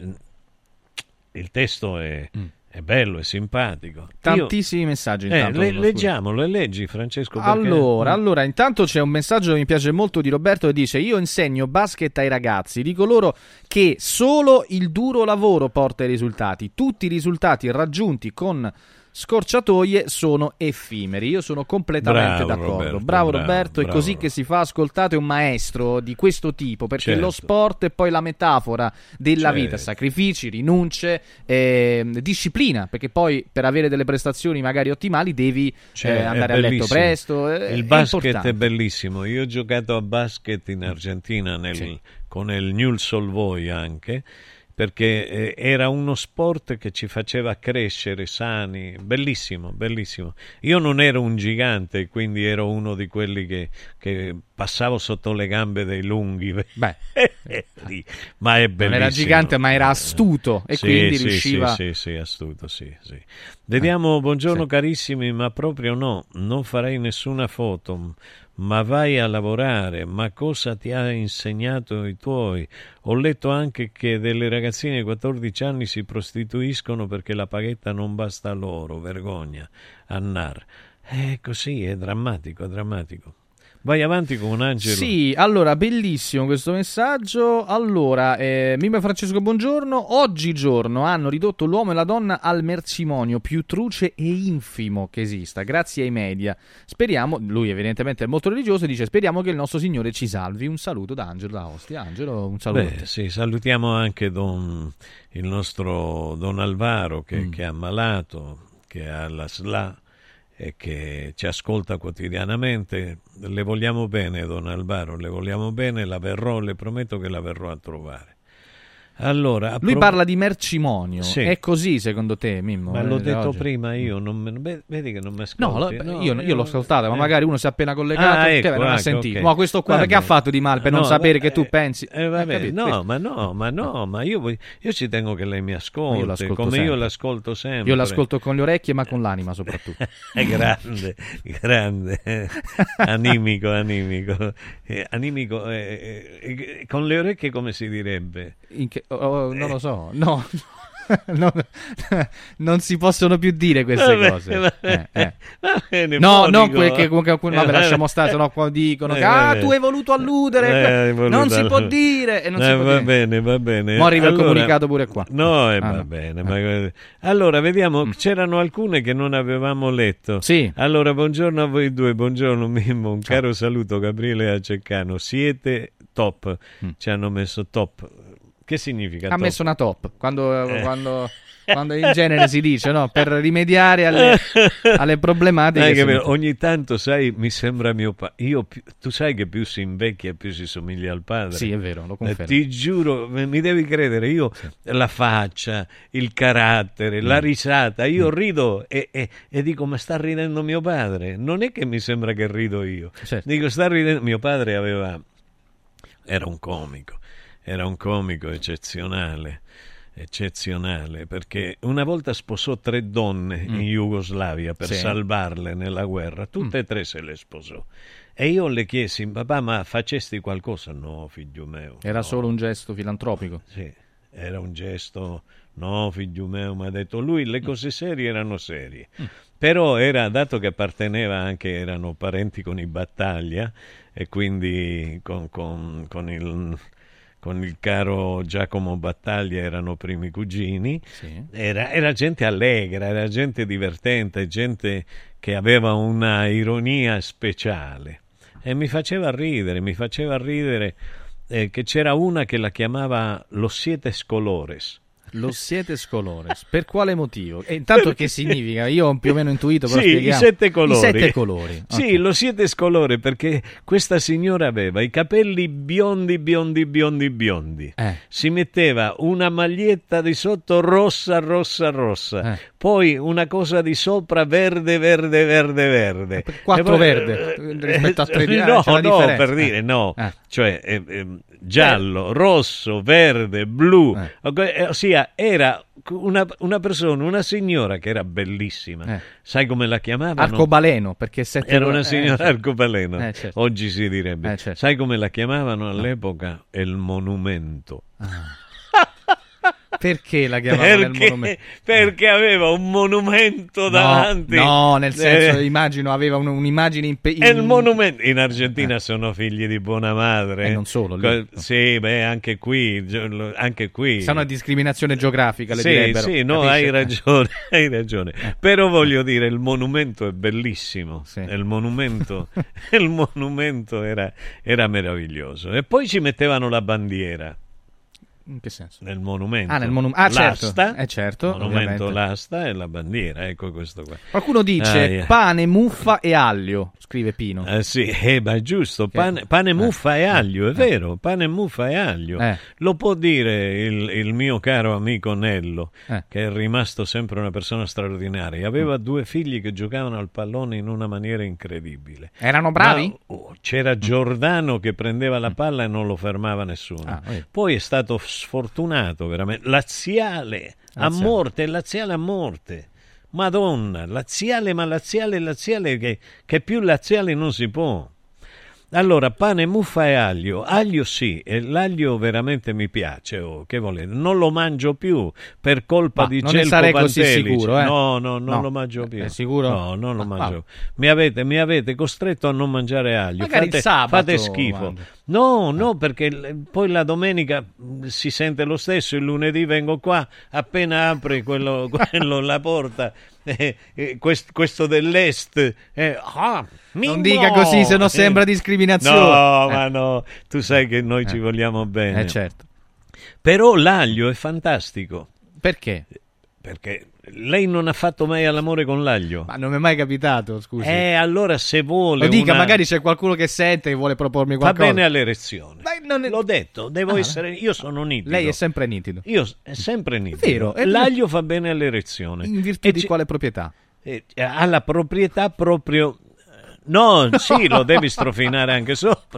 il testo è bello, è simpatico. Tantissimi messaggi intanto. Leggiamolo e leggi, Francesco. Perché... Allora, intanto c'è un messaggio che mi piace molto di Roberto che dice: io insegno basket ai ragazzi, dico loro che solo il duro lavoro porta ai risultati, tutti i risultati raggiunti con scorciatoie sono effimeri. Io sono completamente d'accordo. Bravo Roberto, è così che si fa. Ascoltate un maestro di questo tipo, perché lo sport è poi la metafora della vita, sacrifici, rinunce, disciplina, perché poi per avere delle prestazioni magari ottimali devi andare a letto presto. Il basket è bellissimo. Io ho giocato a basket in Argentina con il Newell's Old Boys anche, perché era uno sport che ci faceva crescere sani, bellissimo, bellissimo. Io non ero un gigante, quindi ero uno di quelli che passavo sotto le gambe dei lunghi. Beh, ma è bellissimo. Non era gigante, ma era astuto e quindi riusciva. Sì, astuto, sì. Vediamo, buongiorno carissimi, ma proprio no, non farei nessuna foto. Ma vai a lavorare, ma cosa ti ha insegnato i tuoi? Ho letto anche che delle ragazzine di 14 anni si prostituiscono perché la paghetta non basta loro, vergogna, Annar. Così, è drammatico. Vai avanti con Angelo. Sì, allora, bellissimo questo messaggio. Allora, Mimmo e Francesco, buongiorno. Oggigiorno hanno ridotto l'uomo e la donna al mercimonio più truce e infimo che esista, grazie ai media. Speriamo, lui evidentemente è molto religioso, dice speriamo che il nostro Signore ci salvi. Un saluto da Angelo da Ostia. Angelo, un saluto. Sì, salutiamo anche il nostro Don Alvaro che è ammalato, che ha la SLA e che ci ascolta quotidianamente. Le vogliamo bene, Don Alvaro, le vogliamo bene, le prometto che la verrò a trovare. Allora, lui parla di mercimonio, sì. È così secondo te, Mimmo? Ma l'ho detto oggi? prima io, vedi che non mi ascolti? Io l'ho ascoltata, ma magari uno si è appena collegato ecco, non ha sentito. Okay. Ma questo qua perché ha fatto di male? Per non sapere che tu pensi? Vabbè, ma io ci tengo che lei mi ascolti, come sempre. io l'ascolto sempre. Io l'ascolto con le orecchie, ma con l'anima soprattutto. È grande, animico. Con le orecchie come si direbbe? Non lo so, no. Non si possono più dire queste cose. No, non che vabbè, lasciamo stare, se no qua dicono che tu hai voluto alludere, non si può dire e non si può dire. Va bene. Ma arriva il comunicato pure qua. Va bene. Allora, vediamo, c'erano alcune che non avevamo letto. Sì. Allora, buongiorno a voi due, buongiorno Mimmo, un caro saluto Gabriele Aceccano. Siete top. Ci hanno messo top. Che significa top? Ha messo una top quando in genere si dice, no? Per rimediare alle problematiche. Ogni tanto, sai, mi sembra mio padre. Tu sai che più si invecchia più si somiglia al padre. Sì, è vero, lo confermo. Ti giuro, mi devi credere, io la faccia, il carattere, la risata, io rido e dico ma sta ridendo mio padre. Non è che mi sembra che rido io. Certo. Dico sta ridendo. Mio padre era un comico eccezionale, perché una volta sposò 3 donne in Jugoslavia per salvarle nella guerra, tutte e 3 se le sposò. E io le chiesi, papà, ma facesti qualcosa? No, figlio mio. Era solo un gesto filantropico? Sì, era un gesto, no, figlio mio, mi ha detto lui, le cose serie erano serie. Però dato che erano parenti con i Battaglia, e quindi con il caro Giacomo Battaglia erano primi cugini, era gente allegra, era gente divertente, gente che aveva una ironia speciale e mi faceva ridere che c'era una che la chiamava Los Siete Colores. Los Siete Colores, per quale motivo? E intanto che significa? Io ho più o meno intuito, però spieghiamo. I 7 colori. I 7 colori. Sì, okay. Lo Siete Colore, perché questa signora aveva i capelli biondi. Si metteva una maglietta di sotto rossa. Poi una cosa di sopra verde. 4 verde rispetto a 3 no, per dire, no. Cioè giallo, rosso, verde, blu, ossia era una persona, una signora che era bellissima. Sai come la chiamavano? Arcobaleno, perché era una signora arcobaleno. Certo. Oggi si direbbe. Certo. Sai come la chiamavano all'epoca? Il monumento. Perché la chiamavano il monumento? Perché aveva un monumento davanti. No, nel senso, immagino aveva un'immagine il monumento. In Argentina sono figli di buona madre. E non solo lì. Sì, anche qui. C'è una discriminazione geografica, le direbbero. Sì, no, hai ragione. Però voglio dire, il monumento è bellissimo. Sì. Il monumento era meraviglioso. E poi ci mettevano la bandiera. In che senso? Nel monumento. Nel monumento. L'asta, certo. monumento, ovviamente. l'asta e la bandiera, ecco questo qua. Qualcuno dice pane, muffa e aglio, scrive Pino. Sì, ma è giusto, pane, muffa e aglio, è vero, pane, muffa e aglio. Lo può dire il mio caro amico Nello, che è rimasto sempre una persona straordinaria. Aveva 2 figli che giocavano al pallone in una maniera incredibile. Erano bravi? C'era Giordano che prendeva la palla e non lo fermava nessuno. Poi è stato sfortunato veramente, laziale a morte. Madonna, laziale che più laziale non si può. Allora, pane, muffa e aglio sì, e l'aglio veramente mi piace, che volete, non lo mangio più per colpa di Gelco Pantelici. Così sicuro, no, non lo mangio più. È sicuro? No, non lo mangio. Mi avete costretto a non mangiare aglio. Magari il sabato, fate schifo. No, perché poi la domenica si sente lo stesso, il lunedì vengo qua, appena apri quello la porta, questo dell'est, non dica così, se no sembra discriminazione. No, ma no, tu sai che noi ci vogliamo bene. Certo. Però l'aglio è fantastico. Perché? Perché lei non ha fatto mai all'amore con l'aglio? Ma non mi è mai capitato, scusi. Allora se vuole lo dica, magari c'è qualcuno che sente e vuole propormi qualcosa. Va bene all'erezione. L'ho detto, devo essere... Io sono nitido. Lei è sempre nitido. Io è sempre nitido. Vero. L'aglio fa bene all'erezione. In virtù di quale proprietà? Ha la proprietà proprio... No, sì, lo devi strofinare anche sopra.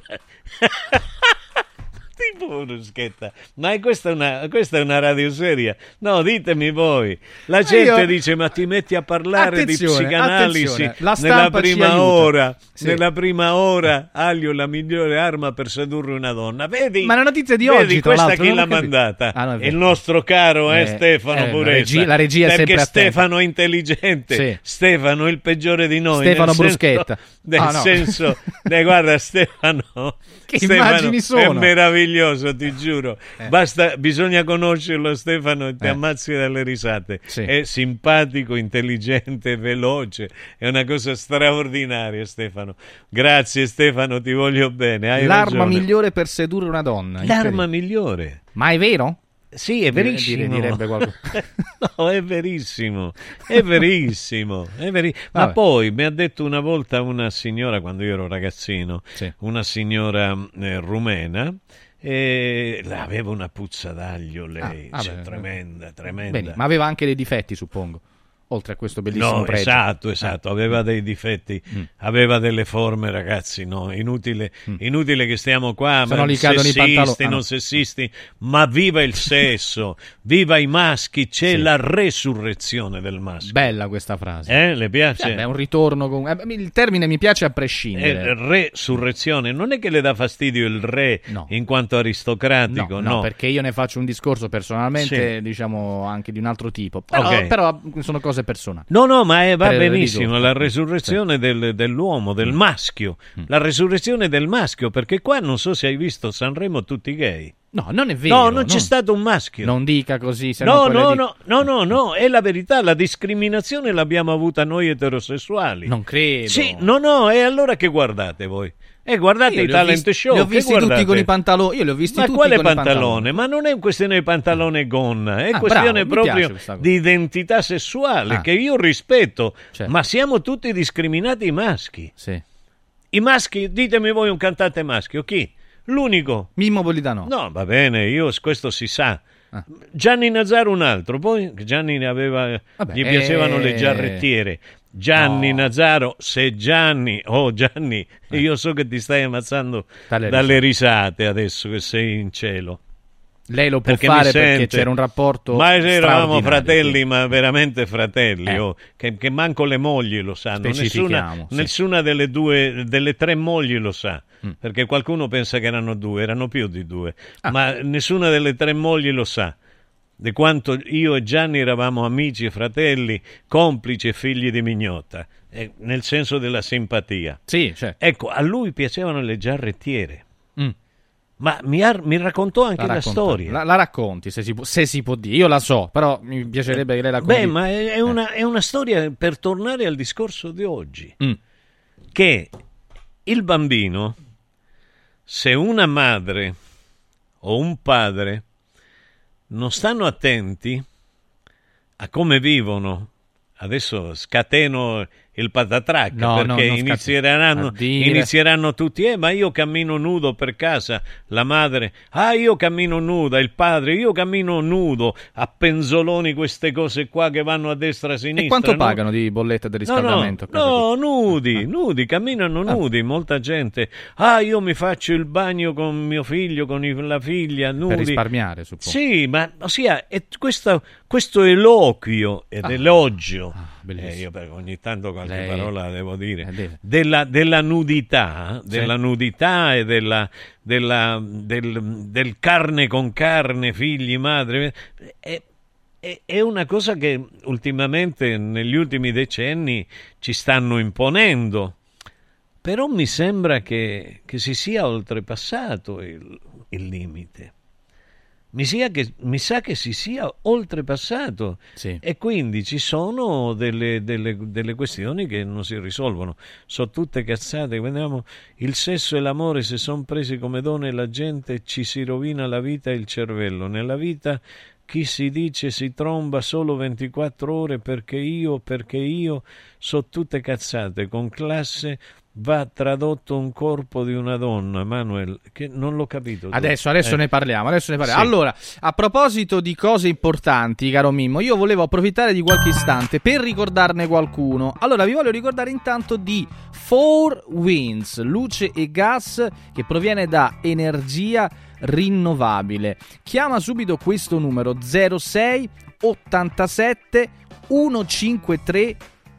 Tipo bruschetta. Ma questa è una radioseria. No, ditemi voi. La gente dice, ma ti metti a parlare di psicanalisi nella prima ora. Sì. Nella prima ora, aglio la migliore arma per sedurre una donna. Vedi? Ma la notizia di oggi, tra questa l'altro, chi l'ha mandata? Il nostro caro Stefano Purezza. La regia è sempre perché Stefano è intelligente. Sì. Stefano è il peggiore di noi. Stefano Bruschetta. Nel senso, guarda, Stefano... Che immagini sono? È meraviglioso, ti giuro. Bisogna conoscerlo, Stefano, e ti ammazzi dalle risate. Sì. È simpatico, intelligente, veloce. È una cosa straordinaria, Stefano. Grazie, Stefano, ti voglio bene. Hai L'arma ragione. migliore per sedurre una donna. L'arma migliore. Ma è vero? Sì, è verissimo. Direbbe qualcuno. No, è verissimo. Ma poi mi ha detto una volta una signora, quando io ero ragazzino, una signora rumena, aveva una puzza d'aglio lei, tremenda. Bene, ma aveva anche dei difetti, suppongo. Oltre a questo bellissimo pregio. Esatto, aveva dei difetti, aveva delle forme, ragazzi, no, inutile che stiamo qua, se no gli cadono i pantaloni, non sessisti, ma viva il sesso, viva i maschi, c'è la resurrezione del maschio. Bella questa frase. Le piace? È un ritorno il termine mi piace a prescindere. Resurrezione, non è che le dà fastidio il re in quanto aristocratico, no, perché io ne faccio un discorso personalmente, diciamo anche di un altro tipo, però sono cose personali. No, ma va benissimo, la resurrezione dell'uomo, del maschio, la resurrezione del maschio, perché qua non so se hai visto Sanremo tutti gay. No, non è vero. No, non c'è stato un maschio. Non dica così. No, è la verità, la discriminazione l'abbiamo avuta noi eterosessuali. Non credo. Sì, e allora che guardate voi? Guardate i talent show. Li ho visti tutti con i pantaloni. Io li ho visti tutti quale con pantalone? Ma non è un questione di pantalone e gonna, è questione proprio di identità sessuale che io rispetto. Certo. Ma siamo tutti discriminati i maschi. Sì. I maschi, ditemi voi un cantante maschio, chi? L'unico. Mimmo Politano. No, va bene, questo si sa. Gianni Nazaro un altro, poi Gianni gli piacevano le giarrettiere. Gianni Nazaro, Gianni, io so che ti stai ammazzando dalle risate adesso che sei in cielo. Lei lo può fare perché c'era un rapporto ma eravamo fratelli, ma veramente fratelli, che manco le mogli lo sanno, nessuna delle 3 mogli lo sa, perché qualcuno pensa che erano più di 2, ma nessuna delle 3 mogli lo sa di quanto io e Gianni eravamo amici e fratelli, complici e figli di mignotta, nel senso della simpatia. Sì, certo. Ecco, a lui piacevano le giarrettiere. Ma mi raccontò anche la storia. La racconti, se si può dire. Io la so, però mi piacerebbe che lei la racconti. Ma è una storia per tornare al discorso di oggi. Che il bambino, se una madre o un padre non stanno attenti a come vivono. Adesso scateno il patatracca, perché inizieranno tutti, ma io cammino nudo per casa, la madre, io cammino nuda, il padre, io cammino nudo, a penzoloni queste cose qua che vanno a destra e a sinistra. E quanto pagano di bolletta del riscaldamento? No, nudi, camminano nudi, molta gente. Io mi faccio il bagno con mio figlio, con la figlia, nudi. Per risparmiare, suppongo. Sì, ma ossia, questo eloquio ed elogio, io ogni tanto qualche parola devo dire, della nudità, nudità e del carne con carne, figli, madre, è una cosa che ultimamente, negli ultimi decenni, ci stanno imponendo. Però mi sembra che si sia oltrepassato il limite. Mi sa che si sia oltrepassato, sì. E quindi ci sono delle questioni che non si risolvono. Sono tutte cazzate. Vediamo, il sesso e l'amore, se sono presi come donne, la gente ci si rovina la vita e il cervello. Nella vita chi si dice si tromba solo 24 ore perché io, sono tutte cazzate. Con classe va tradotto un corpo di una donna, Manuel, che non l'ho capito. Adesso ne parliamo. Sì. Allora, a proposito di cose importanti, caro Mimmo, io volevo approfittare di qualche istante per ricordarne qualcuno. Allora, vi voglio ricordare intanto di 4Winds, luce e gas che proviene da energia rinnovabile. Chiama subito questo numero 06 87 153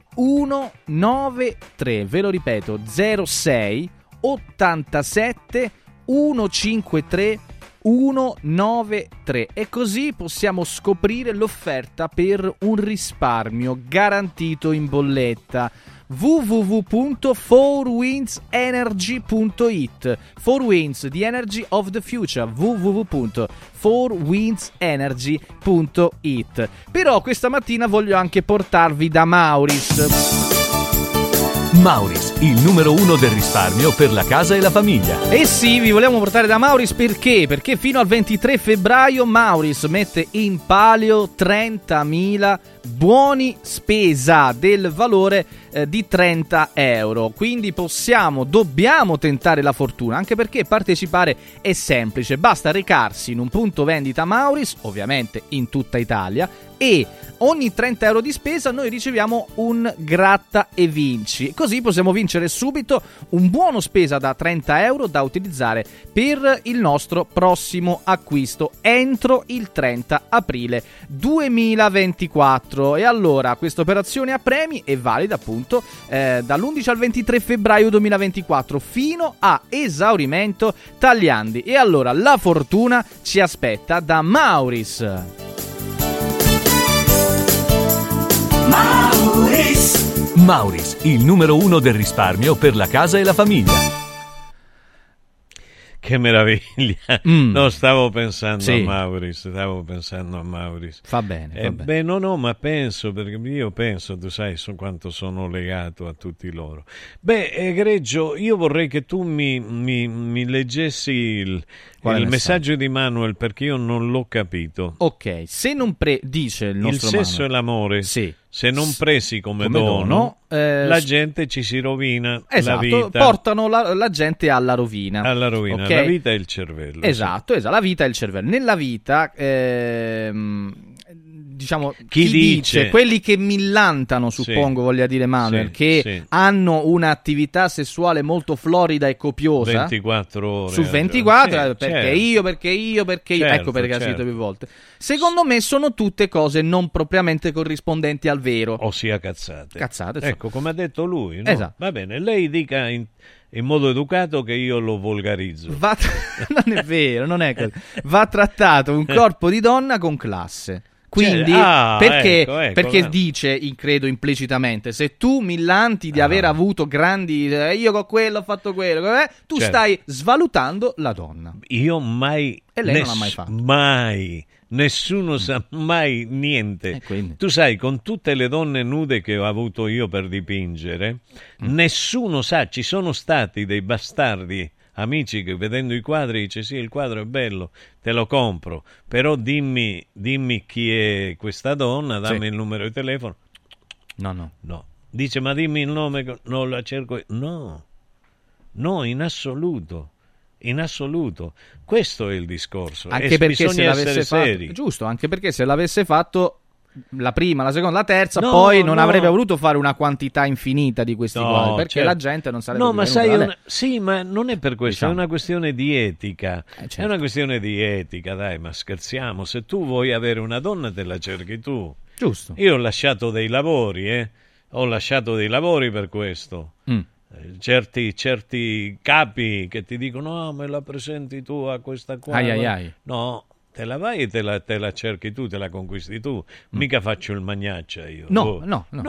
193, ve lo ripeto, 06 87 153 193, e così possiamo scoprire l'offerta per un risparmio garantito in bolletta. www.4windsenergy.it 4Winds, the energy of the future. www.4windsenergy.it. Però questa mattina voglio anche portarvi da Mauris. Mauris, il numero 1 del risparmio per la casa e la famiglia. E sì, vi vogliamo portare da Mauris perché? Perché fino al 23 febbraio Mauris mette in palio 30.000 buoni spesa del valore di 30 euro. Quindi dobbiamo tentare la fortuna, anche perché partecipare è semplice. Basta recarsi in un punto vendita Mauris, ovviamente in tutta Italia, e ogni 30 euro di spesa noi riceviamo un gratta e vinci. Così possiamo vincere subito un buono spesa da 30 euro da utilizzare per il nostro prossimo acquisto entro il 30 aprile 2024. E allora questa operazione a premi è valida appunto dall'11 al 23 febbraio 2024 fino a esaurimento tagliandi. E allora la fortuna ci aspetta da Mauris. Mauris, il numero 1 del risparmio per la casa e la famiglia. Che meraviglia. No, stavo pensando a Mauris. Fa bene. Beh, no, ma penso, perché io penso, tu sai quanto sono legato a tutti loro. Beh, egregio, io vorrei che tu mi leggessi il messaggio di Manuel, perché io non l'ho capito. Ok, se non dice il nostro sesso Manuel. E l'amore, sì. Se non presi come dono, la gente ci si rovina, esatto, la vita. Portano la gente alla rovina. Okay? La vita e il cervello. Esatto, la vita e il cervello. Nella vita, diciamo, chi dice, quelli che millantano, suppongo voglia dire Manuel, che hanno un'attività sessuale molto florida e copiosa 24 ore su 24, perché io, ecco perché ha scritto più volte. Secondo me sono tutte cose non propriamente corrispondenti al vero, ossia cazzate. Ecco, come ha detto lui, no? Esatto. Va bene, lei dica in modo educato che io lo volgarizzo. Non è vero, non è così. Va trattato un corpo di donna con classe. Quindi, perché dice, credo implicitamente, se tu millanti di aver avuto grandi, io con quello ho fatto quello, tu stai svalutando la donna. Io mai, e lei non l'ha mai fatto. Mai, nessuno sa mai niente. Tu sai, con tutte le donne nude che ho avuto io per dipingere, nessuno sa, ci sono stati dei bastardi amici che vedendo i quadri dice sì, il quadro è bello, te lo compro, però dimmi chi è questa donna, dammi il numero di telefono. No. Dice ma dimmi il nome, non la cerco. No, in assoluto. Questo è il discorso. Anche perché se l'avesse seri. fatto, giusto, anche perché se l'avesse fatto la prima, la seconda, la terza, poi non avrebbe voluto fare una quantità infinita di questi quadri, perché la gente non sarebbe sì, ma non è per questo, è una questione di etica. Certo. È una questione di etica, dai, ma scherziamo. Se tu vuoi avere una donna te la cerchi tu. Giusto. Io ho lasciato dei lavori, per questo. Certi capi che ti dicono me la presenti tu a questa qua. No, te la vai e te la cerchi tu, te la conquisti tu. Mica faccio il magnaccia io. No,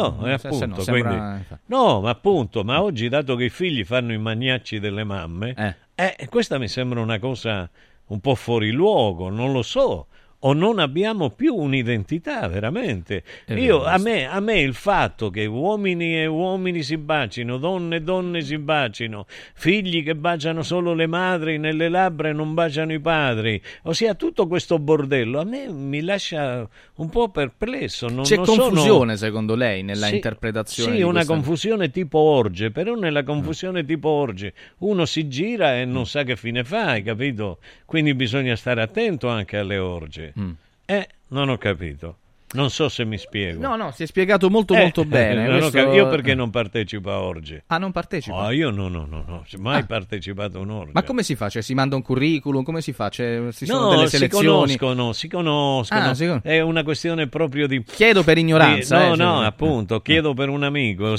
appunto, ma oggi, dato che i figli fanno i magnacci delle mamme, questa mi sembra una cosa un po' fuori luogo, non lo so. O non abbiamo più un'identità, veramente. A me il fatto che uomini e uomini si bacino, donne e donne si bacino, figli che baciano solo le madri nelle labbra e non baciano i padri, ossia tutto questo bordello, a me mi lascia un po' perplesso. C'è confusione, secondo lei, nella interpretazione? Sì, una confusione tipo orge, però nella confusione tipo orge uno si gira e non sa che fine fa, hai capito? Quindi bisogna stare attento anche alle orge. Non ho capito. Non so se mi spiego. No, si è spiegato molto bene. Io perché non partecipo a orge? Non partecipa? Io no. Mai partecipato a un'orge. Ma come si fa? Cioè, si manda un curriculum? Come si fa? Ci sono delle selezioni? Si conoscono. È una questione proprio di... Chiedo per ignoranza. Appunto, chiedo per un amico.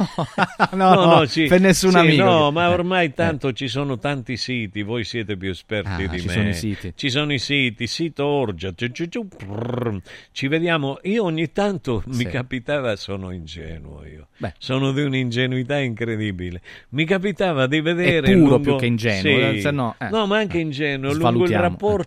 Per nessun amico. No, ma ormai tanto ci sono tanti siti, voi siete più esperti di me. Ci sono i siti, sito orgia, ci vediamo. Io ogni tanto mi capitava, sono ingenuo io. Sono di un'ingenuità incredibile. Mi capitava di vedere è puro più che ingenuo, no, ma anche ingenuo, lungo il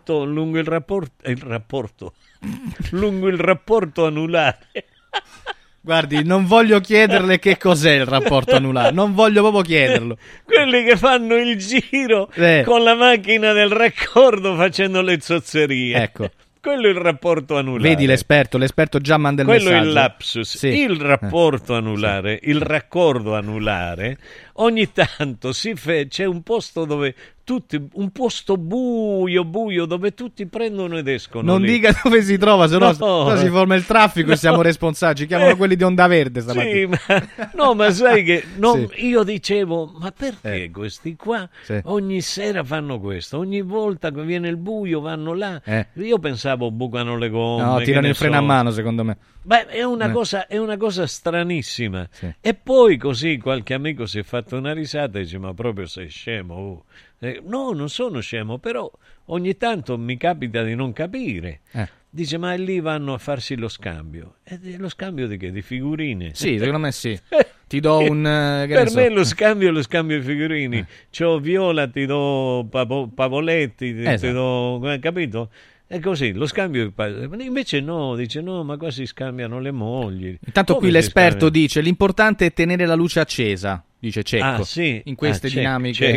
rapporto anulare. Guardi, non voglio chiederle che cos'è il rapporto anulare, non voglio proprio chiederlo. Quelli che fanno il giro con la macchina del raccordo facendo le zozzerie. Ecco. Quello è il rapporto anulare. Vedi l'esperto già manda il messaggio. Quello è il lapsus. Sì. Il rapporto anulare, il raccordo anulare, ogni tanto c'è un posto dove un posto buio dove tutti prendono ed escono. Non dica dove si trova, se no si forma il traffico e siamo responsabili. Ci chiamano quelli di Onda Verde stamattina. Ma sai che io dicevo, ma perché questi qua ogni sera fanno questo? Ogni volta che viene il buio vanno là. Io pensavo bucano le gomme. No, tirano il freno a mano, secondo me. È una cosa stranissima. E poi così qualche amico si è fatto una risata e dice, ma proprio sei scemo? No, non sono scemo, però ogni tanto mi capita di non capire. Dice, ma lì vanno a farsi lo scambio. E lo scambio di che? Di figurine? Sì, secondo me sì. Ti do un... per me lo scambio di figurine. C'ho Viola, ti do Pavoletti, ti do... Capito? È così, lo scambio invece dice ma qua si scambiano le mogli. Intanto qui l'esperto dice l'importante è tenere la luce accesa, dice Cecco. In queste dinamiche.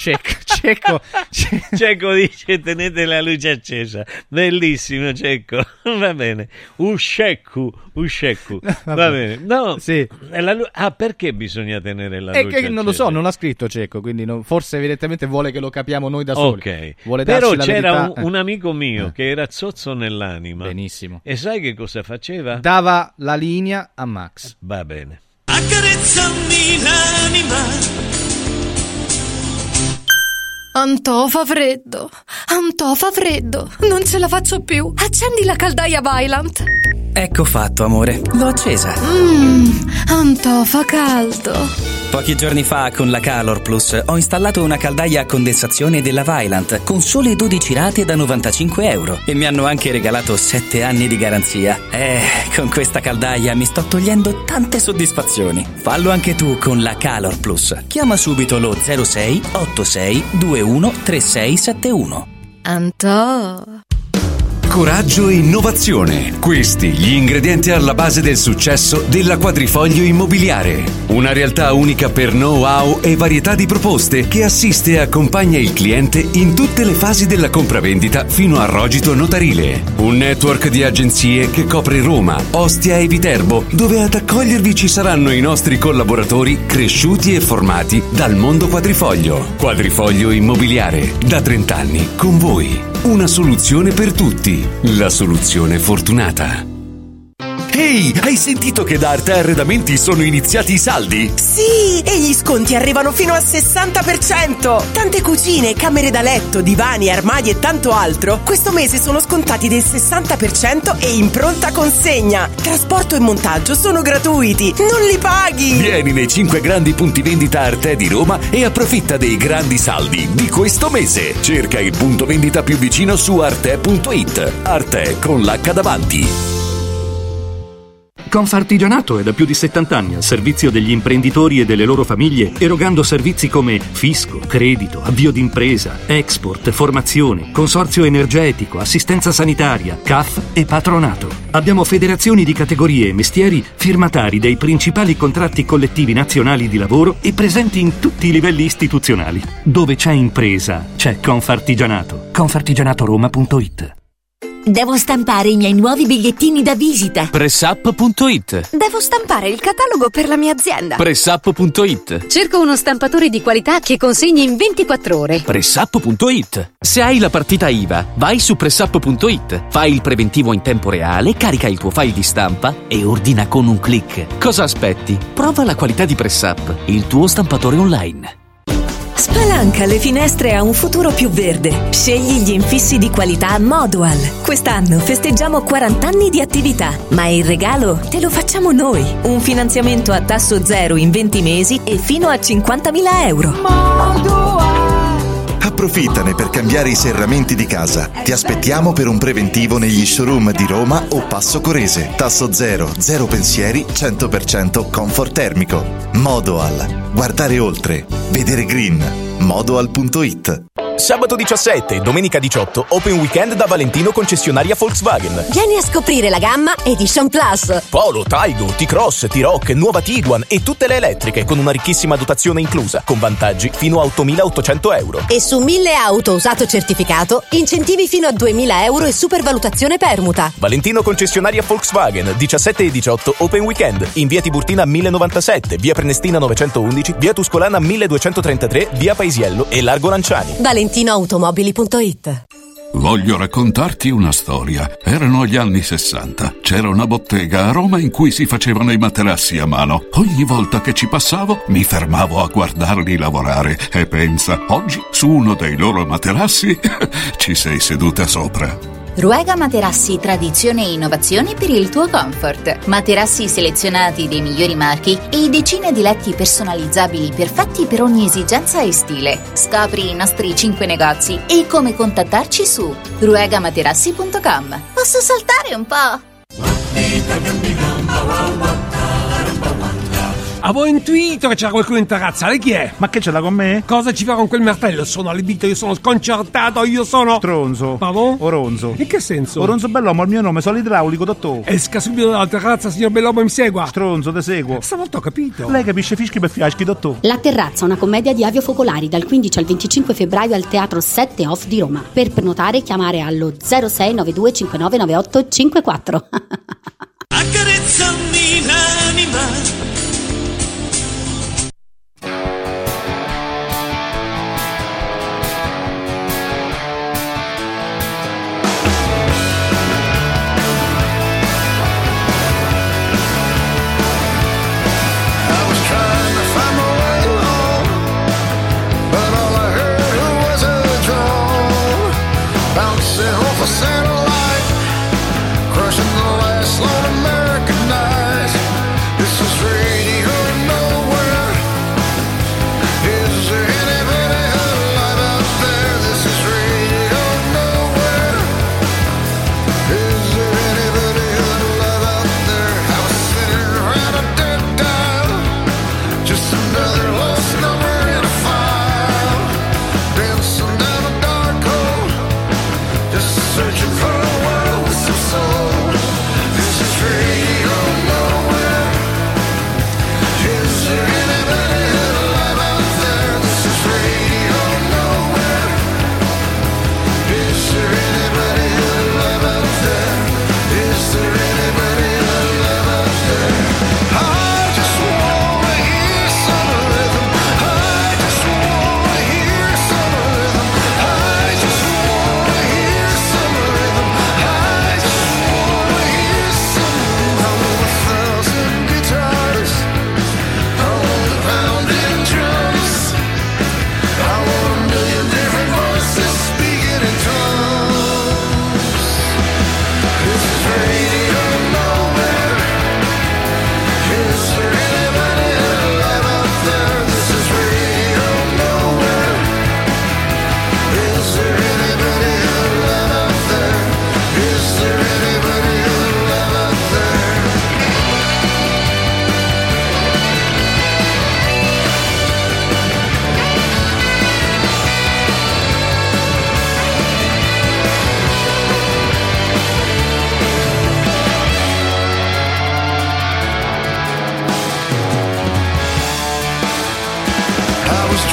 Cecco dice tenete la luce accesa. Bellissimo Cecco. Va bene. Usceccu. Va bene. No. Sì. Perché bisogna tenere la luce accesa? Non lo so, non l'ha scritto Cecco, quindi forse evidentemente vuole che lo capiamo noi da soli. Ok. Però c'era un amico mio che era zozzo nell'anima. Benissimo. E sai che cosa faceva? Dava la linea a Max. Va bene. Accarezzami l'anima. Antò fa freddo, non ce la faccio più. Accendi la caldaia Vaillant. Ecco fatto, amore, l'ho accesa. Antò fa caldo. Pochi giorni fa con la Calor Plus ho installato una caldaia a condensazione della Vaillant con sole 12 rate da €95 e mi hanno anche regalato 7 anni di garanzia. Con questa caldaia mi sto togliendo tante soddisfazioni. Fallo anche tu con la Calor Plus. Chiama subito lo 06 86 21 3671. Antò. coraggio e innovazione. Questi gli ingredienti alla base del successo della Quadrifoglio Immobiliare. Una realtà unica per know-how e varietà di proposte che assiste e accompagna il cliente in tutte le fasi della compravendita fino al rogito notarile. Un network di agenzie che copre Roma, Ostia e Viterbo, dove ad accogliervi ci saranno i nostri collaboratori cresciuti e formati dal mondo quadrifoglio. Quadrifoglio Immobiliare, da 30 anni con voi. Una soluzione per tutti. La soluzione fortunata. Ehi, hai sentito che da Arte Arredamenti sono iniziati i saldi? Sì, e gli sconti arrivano fino al 60%. Tante cucine, camere da letto, divani, armadi e tanto altro questo mese sono scontati del 60% e in pronta consegna. Trasporto e montaggio sono gratuiti, non li paghi. Vieni nei 5 grandi punti vendita Arte di Roma e approfitta dei grandi saldi di questo mese. Cerca il punto vendita più vicino su arte.it. Arte con l'H davanti. Confartigianato è da più di 70 anni al servizio degli imprenditori e delle loro famiglie, erogando servizi come fisco, credito, avvio d'impresa, export, formazione, consorzio energetico, assistenza sanitaria, CAF e patronato. Abbiamo federazioni di categorie e mestieri firmatari dei principali contratti collettivi nazionali di lavoro e presenti in tutti i livelli istituzionali. Dove c'è impresa, c'è Confartigianato. Confartigianatoroma.it. Devo stampare i miei nuovi bigliettini da visita. Pressup.it. Devo stampare il catalogo per la mia azienda. Pressup.it. Cerco uno stampatore di qualità che consegni in 24 ore. Pressup.it. Se hai la partita IVA, vai su Pressup.it. Fai il preventivo in tempo reale, carica il tuo file di stampa e ordina con un click. Cosa aspetti? Prova la qualità di Pressup, il tuo stampatore online. Spalanca le finestre a un futuro più verde. Scegli gli infissi di qualità Modual. Quest'anno festeggiamo 40 anni di attività, ma il regalo te lo facciamo noi. Un finanziamento a tasso zero in 20 mesi e fino a 50.000 euro. Approfittane per cambiare i serramenti di casa. Ti aspettiamo per un preventivo negli showroom di Roma o Passo Corese. Tasso zero, zero pensieri, 100% comfort termico. Modoal. Guardare oltre. Vedere green. Modoal.it. Sabato 17 e domenica 18 Open Weekend da Valentino concessionaria Volkswagen. Vieni a scoprire la gamma Edition Plus. Polo, Taigo, T-Cross, T-Roc, nuova Tiguan e tutte le elettriche con una ricchissima dotazione inclusa, con vantaggi fino a 8.800 euro. E su 1000 auto usato certificato, incentivi fino a 2.000 euro e supervalutazione permuta. Valentino concessionaria Volkswagen, 17 e 18 Open Weekend, in via Tiburtina 1097, via Prenestina 911, via Tuscolana 1233, via Paisiello e Largo Lanciani. ValentinoAutomobili.it. Voglio raccontarti una storia. Erano gli anni 60. C'era una bottega a Roma in cui si facevano i materassi a mano. Ogni volta che ci passavo mi fermavo a guardarli lavorare e pensa, oggi su uno dei loro materassi ci sei seduta sopra. Ruega Materassi, tradizione e innovazione per il tuo comfort. Materassi selezionati dei migliori marchi e decine di letti personalizzabili perfetti per ogni esigenza e stile. Scopri i nostri 5 negozi e come contattarci su ruegamaterassi.com. Posso saltare un po'? Avevo intuito che c'era qualcuno in terrazza, lei chi è? Ma che ce l'ha con me? Cosa ci fa con quel martello? Sono allibito, io sono sconcertato, io sono... Tronzo. Pardon? Oronzo. In che senso? Oronzo Bellomo, il mio nome, sono l'idraulico, dottore. Esca subito dalla terrazza, signor Bellomo, mi segua. Stronzo, te seguo. Stavolta ho capito. Lei capisce fischi per fiaschi, dottore. La Terrazza, una commedia di Avio Focolari, dal 15 al 25 febbraio al Teatro 7 Off di Roma. Per prenotare chiamare allo 0692 5998 54. Accarezzami l'anima. Satellite, crushing the last lone American night. This is real.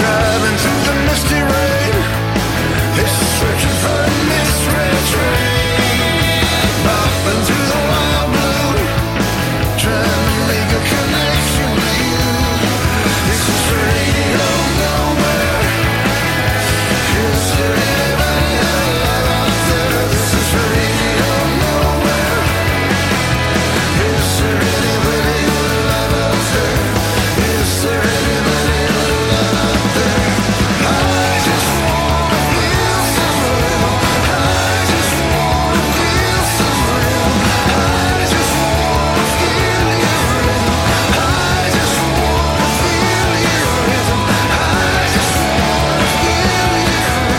driving through the misty rain. It's searching for a misread train. Bopping through the wild blue, trying to make a connection with you. This is radio nowhere. Is there anybody out there? This is radio nowhere. Is there anybody alive out there? Is there anybody alive out there? I just wanna feel some rhythm. I just wanna feel some rhythm. I just wanna feel your rhythm. I just wanna feel your rhythm. I just wanna feel your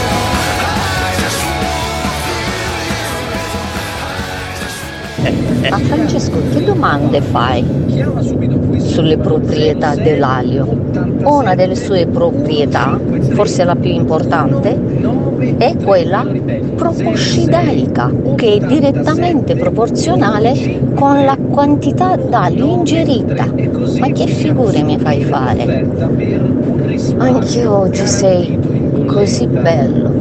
rhythm. Ma Francesco, che domande fai sulle proprietà dell'alio? Una delle sue proprietà, forse la più importante, è quella proposcidaica, che è direttamente proporzionale con la quantità d'alio ingerita. Ma che figure mi fai fare? Anche oggi sei così bello.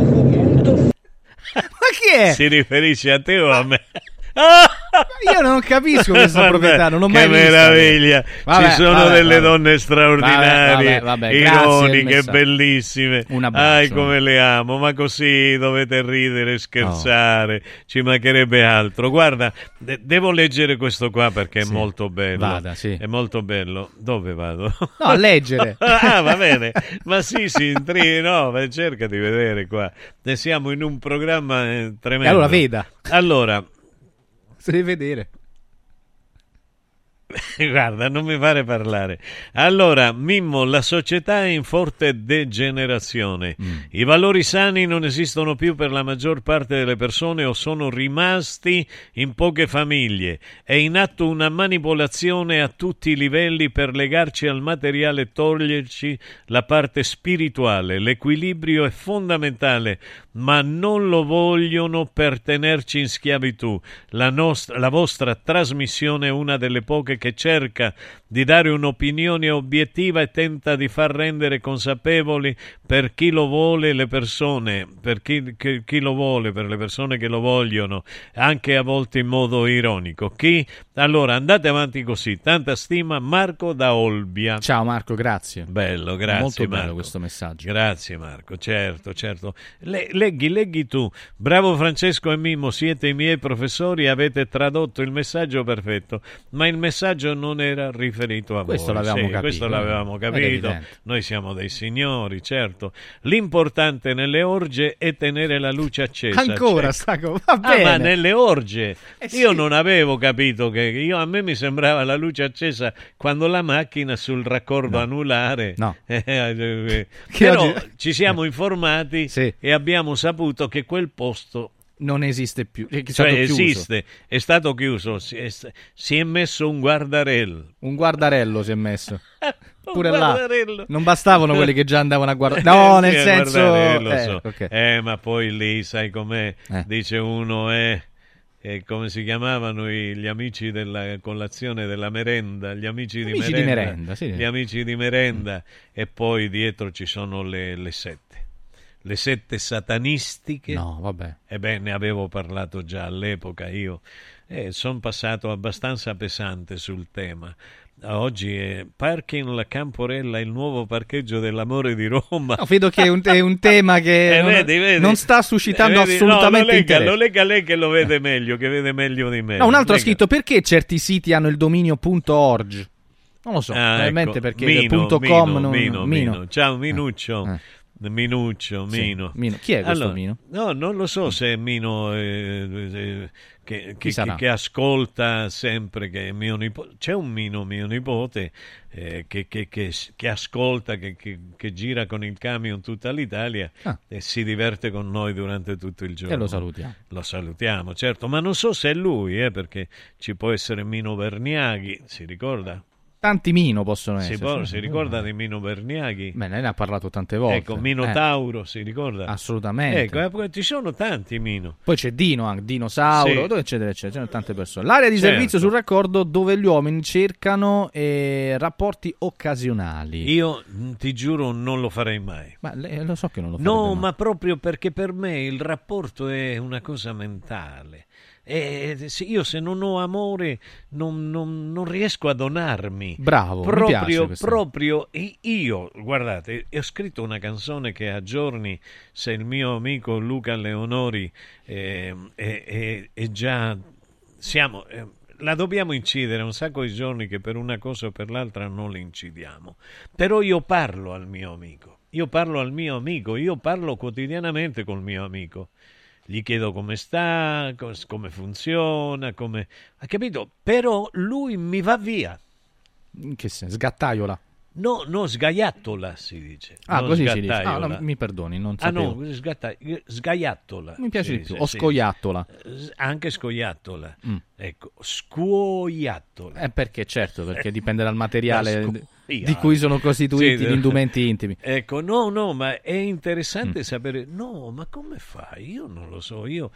Ma chi è? Si riferisce a te o a me? Io non capisco questa proprietà, non l'ho mai vista. Che meraviglia! Ci sono delle donne straordinarie, ironiche, grazie, bellissime. Un abbraccio. Come le amo, ma così dovete ridere e scherzare, ci mancherebbe altro. Guarda, devo leggere questo qua perché è molto bello. Vada, sì. È molto bello. Dove vado? No, a leggere. Va bene. Ma sì, no, cerca di vedere qua. Siamo in un programma tremendo. E allora veda. Allora, si deve vedere. Guarda, non mi fare parlare. Allora, Mimmo, la società è in forte degenerazione. I valori sani non esistono più per la maggior parte delle persone o sono rimasti in poche famiglie. È in atto una manipolazione a tutti i livelli per legarci al materiale e toglierci la parte spirituale. L'equilibrio è fondamentale, ma non lo vogliono per tenerci in schiavitù. La vostra trasmissione è una delle poche che cerca di dare un'opinione obiettiva e tenta di far rendere consapevoli per chi lo vuole le persone, per chi lo vuole, per le persone che lo vogliono, anche a volte in modo ironico. Allora, andate avanti così. Tanta stima, Marco da Olbia. Ciao Marco, grazie. Bello, grazie. Molto bello Marco. questo messaggio. Grazie Marco, certo. Leggi tu. Bravo Francesco e Mimmo, siete i miei professori, avete tradotto il messaggio perfetto, ma il messaggio non era riferito a questo voi. L'avevamo capito, questo l'avevamo capito. Noi siamo dei signori, certo. L'importante nelle orge è tenere la luce accesa. Ancora, Staco, va bene. Ma nelle orge io sì. non avevo capito che a me mi sembrava la luce accesa quando la macchina sul raccordo anulare. No. Però oggi... ci siamo informati e abbiamo saputo che quel posto non esiste più, esiste, è stato chiuso, si è messo un guardarello. Un guardarello si è messo. Pure guardarello. Là non bastavano quelli che già andavano a guardare. No, nel senso okay. Ma poi lì sai com'è, dice uno come si chiamavano gli amici della colazione, della merenda, gli amici di merenda, sì. Gli amici di merenda, e poi dietro ci sono le sette satanistiche. No, vabbè. Ne avevo parlato già all'epoca io. Sono passato abbastanza pesante sul tema. Oggi è Parking La Camporella, il nuovo parcheggio dell'amore di Roma. No, vedo che è un tema che vedi. Non sta suscitando assolutamente interesse. Lo lega lei che lo vede meglio, che vede meglio di me. No, un altro ha scritto: perché certi siti hanno il dominio .org? Non lo so, probabilmente ecco. perché Mino. Ciao Minuccio. Minuccio, sì, Mino. Chi è questo Mino? No, non lo so se è Mino che ascolta sempre, che è mio nipote. C'è un mio nipote che ascolta, che gira con il camion tutta l'Italia e si diverte con noi durante tutto il giorno. E lo salutiamo. Lo salutiamo, certo, ma non so se è lui, perché ci può essere Mino Verniaghi, si ricorda? Tanti Mino possono essere. Si ricorda di Mino Berniaghi? Beh, lei ne ha parlato tante volte. Ecco, Minotauro, si ricorda? Assolutamente. Ecco, ci sono tanti Mino. Poi c'è Dino, anche Dinosauro, eccetera, eccetera. Ci sono tante persone. L'area di servizio sul raccordo dove gli uomini cercano rapporti occasionali. Io ti giuro non lo farei mai. Ma lei, lo so che non lo farebbe mai. Ma proprio perché per me il rapporto è una cosa mentale. Io se non ho amore non riesco a donarmi. Bravo, proprio io, guardate, ho scritto una canzone che a giorni, se il mio amico Luca Leonori è già siamo la dobbiamo incidere un sacco di giorni che per una cosa o per l'altra non l'incidiamo. Però io parlo al mio amico, io parlo quotidianamente col mio amico. Gli chiedo come sta, come funziona, ha capito? Però lui mi va via. In che senso? Sgattaiola? No, sgaiattola si dice. Così si dice. No, mi perdoni, non sapevo. Sgaiattola. Mi piace di più. O scoiattola. Anche scoiattola. Ecco, scuoiattola. Perché dipende dal materiale di cui sono costituiti gli indumenti intimi. Ecco, no, ma è interessante sapere. No, ma come fai? Io non lo so. Io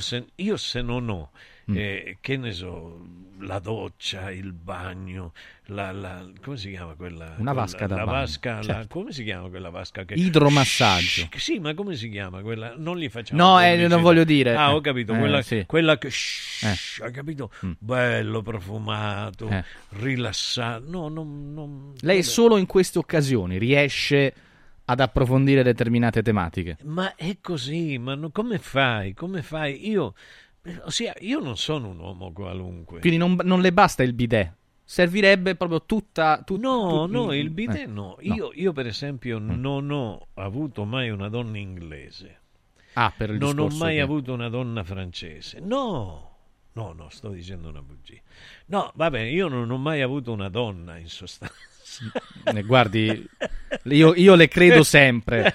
se non ho, che ne so, la doccia, il bagno, come si chiama quella? Una vasca da bagno. Vasca, certo. come si chiama quella vasca? Idromassaggio. Sì, ma come si chiama quella? Non gli facciamo. No, non voglio dire. Ho capito. Quella che hai capito? Bello, profumato, rilassato. No. Lei solo in queste occasioni riesce ad approfondire determinate tematiche. Ma è così, ma come fai? Io non sono un uomo qualunque. Quindi non le basta il bidet? Servirebbe proprio No, il bidet no. Io per esempio non ho avuto mai una donna inglese. Per il non ho discorso mai avuto una donna francese. No, sto dicendo una bugia. No, vabbè, io non ho mai avuto una donna, in sostanza. Guardi, io le credo sempre.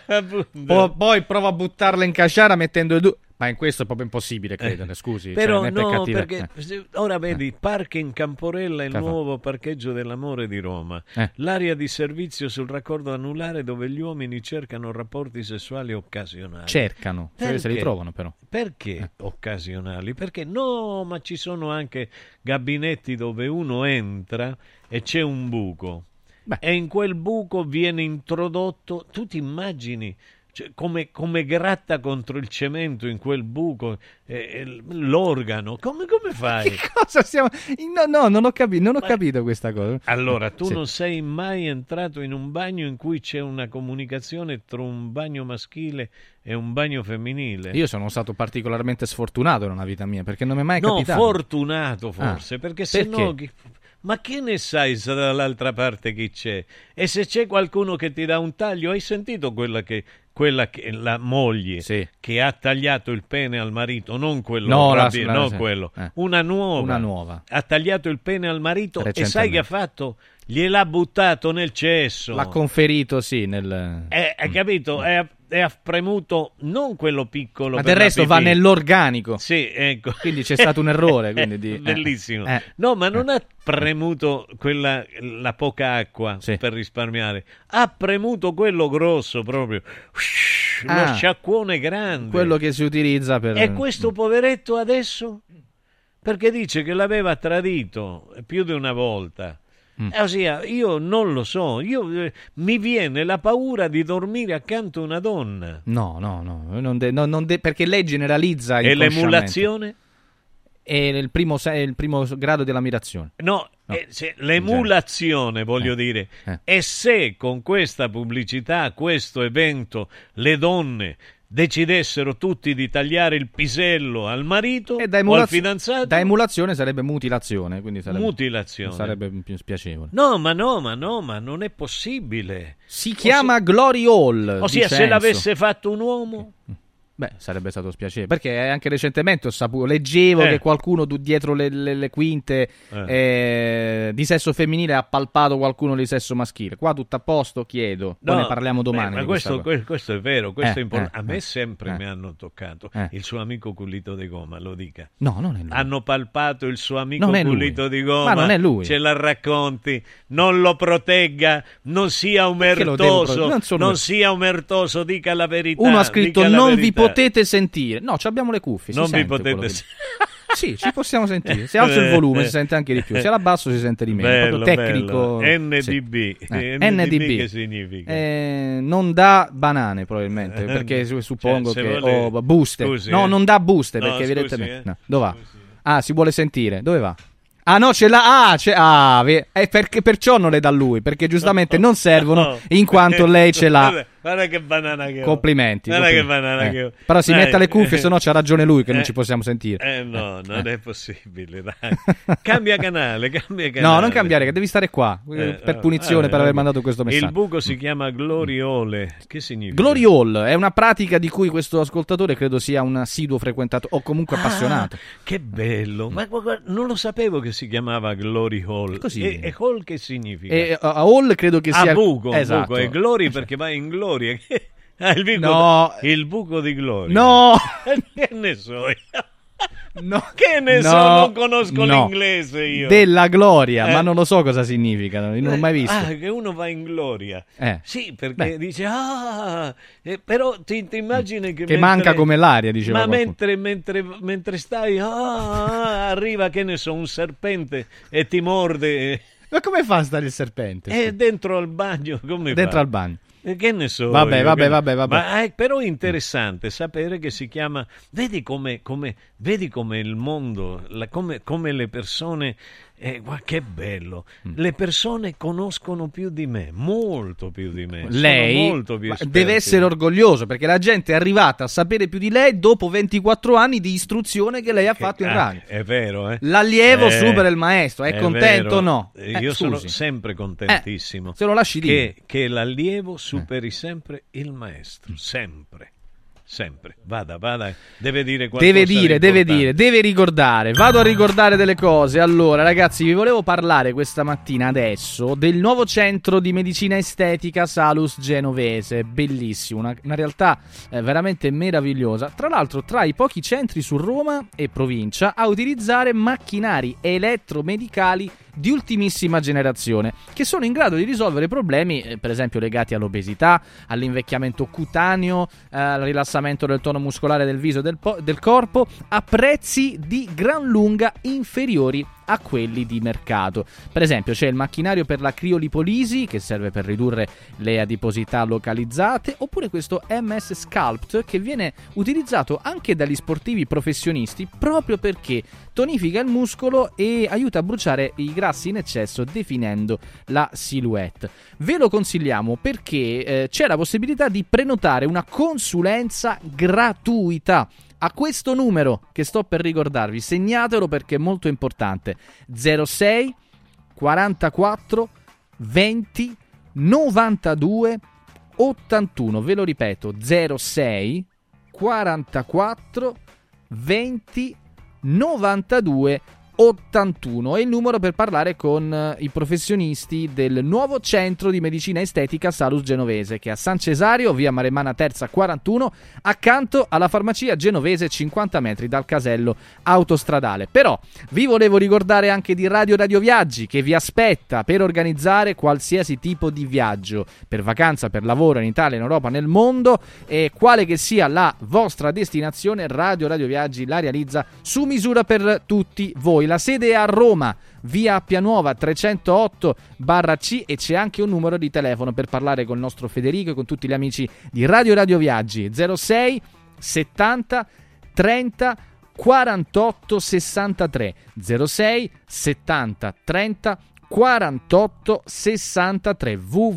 Poi provo a buttarle in casciara mettendo le due. Ma in questo è proprio impossibile credere, scusi. Però perché ora vedi, Parking Camporella, il nuovo parcheggio dell'amore di Roma, l'area di servizio sul raccordo anulare dove gli uomini cercano rapporti sessuali occasionali. Cercano, se li trovano però. Perché occasionali? Perché ma ci sono anche gabinetti dove uno entra e c'è un buco. E in quel buco viene introdotto, tu ti immagini come gratta contro il cemento in quel buco l'organo, come fai? Che cosa stiamo... No, non ho capito questa cosa. Allora, tu non sei mai entrato in un bagno in cui c'è una comunicazione tra un bagno maschile e un bagno femminile? Io sono stato particolarmente sfortunato nella vita mia, perché non mi è mai capitato. No, fortunato forse, perché se no... Ma che ne sai se dall'altra parte chi c'è? E se c'è qualcuno che ti dà un taglio? Hai sentito quella che la moglie che ha tagliato il pene al marito, non quello quello. Una nuova. Ha tagliato il pene al marito e sai che ha fatto? Gliel'ha buttato nel cesso. L'ha conferito, nel... Hai capito? E ha premuto non quello piccolo, ma del resto va nell'organico. Sì, ecco. Quindi c'è stato un errore. Bellissimo. No, ma non ha premuto la poca acqua per risparmiare. Ha premuto quello grosso proprio. Lo sciacquone grande. Quello che si utilizza per... E questo poveretto adesso? Perché dice che l'aveva tradito più di una volta. Ossia, io non lo so, mi viene la paura di dormire accanto a una donna. No, perché lei generalizza inconsciamente. E l'emulazione? È il primo grado dell'ammirazione. No. L'emulazione, voglio dire. E se con questa pubblicità, questo evento, le donne decidessero tutti di tagliare il pisello al marito o al fidanzato, da emulazione sarebbe mutilazione, quindi sarebbe più spiacevole. No, ma non è possibile. Si chiama Glory Hall. Ossia, se l'avesse fatto un uomo? Beh, sarebbe stato spiacevole, perché anche recentemente leggevo che qualcuno dietro le quinte di sesso femminile ha palpato qualcuno di sesso maschile. Qua tutto a posto, chiedo. Poi ne parliamo domani. Ma questo è vero, questo è importante. A me sempre mi hanno toccato il suo amico culito di gomma, lo dica. No, non è lui. Hanno palpato il suo amico culito di gomma. Ma non è lui. Ce la racconti, non lo protegga, non sia omertoso, non sia omertoso, dica la verità. Uno ha scritto non vi potete sentire. No, abbiamo le cuffie. Non vi potete sentire. Sì, ci possiamo sentire. Se alzo il volume si sente anche di più, se l'abbasso si sente di meno. Bello, proprio tecnico. NDB. NDB che significa? Non dà banane probabilmente, perché suppongo che booster. Scusi, no, non dà booster perché evidentemente. No. Dove va? Ah, si vuole sentire. Dove va? Ah no, ce l'ha. Perché perciò non le dà lui, perché giustamente non servono in quanto lei ce l'ha. Guarda che banana che ho. Complimenti. Che banana che ho. Però si mette le cuffie, sennò c'ha ragione lui che non ci possiamo sentire. No, non è possibile, dai. Cambia canale. No, non cambiare, che devi stare qua per punizione per aver mandato questo messaggio. Il buco si chiama Glory Hall. Che significa? Glory Hall è una pratica di cui questo ascoltatore credo sia un assiduo frequentatore o comunque appassionato. Che bello. Ma guarda, non lo sapevo che si chiamava Glory Hall. Così. E Hall che significa? Hall credo che sia buco, esatto. Buco. E Glory perché va in gloria. Il buco di gloria. No. Che ne so io? No. Che ne so, non conosco l'inglese io. Della gloria, ma non lo so cosa significa, non l'ho mai visto. Che uno va in gloria. Sì, perché dice però ti immagini che manca come l'aria, diceva. Ma mentre stai arriva, che ne so, un serpente e ti morde. Ma come fa a stare il serpente? È dentro al bagno, come dentro fa? al bagno. Che ne so. Vabbè. Ma è però interessante sapere che si chiama. Vedi come il mondo, come le persone. Che bello. Le persone conoscono più di me, molto più di me. Lei molto più deve essere orgoglioso, perché la gente è arrivata a sapere più di lei dopo 24 anni di istruzione che lei ha fatto in radio. È vero, L'allievo supera il maestro. È contento o no? Io sono sempre contentissimo. Se lo lasci dire. Che l'allievo superi sempre il maestro. Sempre. Vada. Deve dire qualcosa. Deve ricordare. Vado a ricordare delle cose. Allora, ragazzi, vi volevo parlare questa mattina adesso del nuovo centro di medicina estetica Salus Genovese. Bellissimo, una realtà veramente meravigliosa. Tra l'altro, tra i pochi centri su Roma e provincia a utilizzare macchinari elettromedicali di ultimissima generazione, che sono in grado di risolvere problemi per esempio legati all'obesità, all'invecchiamento cutaneo, al rilassamento del tono muscolare del viso e del corpo, a prezzi di gran lunga inferiori a quelli di mercato. Per esempio c'è il macchinario per la criolipolisi, che serve per ridurre le adiposità localizzate, oppure questo MS Sculpt, che viene utilizzato anche dagli sportivi professionisti proprio perché tonifica il muscolo e aiuta a bruciare i grassi in eccesso, definendo la silhouette. Ve lo consigliamo perché c'è la possibilità di prenotare una consulenza gratuita a questo numero che sto per ricordarvi. Segnatelo perché è molto importante: 06 44 20 92 81. Ve lo ripeto: 06 44 20 92 81 è il numero per parlare con i professionisti del nuovo centro di medicina estetica Salus Genovese, che è a San Cesario, via Maremmana Terza 41, accanto alla farmacia genovese, 50 metri dal casello autostradale. Però vi volevo ricordare anche di Radio Viaggi, che vi aspetta per organizzare qualsiasi tipo di viaggio, per vacanza, per lavoro, in Italia, in Europa, nel mondo, e quale che sia la vostra destinazione, Radio Viaggi la realizza su misura per tutti voi. La sede è a Roma, via Appia Nuova 308/C, e c'è anche un numero di telefono per parlare con il nostro Federico e con tutti gli amici di Radio Viaggi: 06 70 30 48 63, 06 70 30 48 63,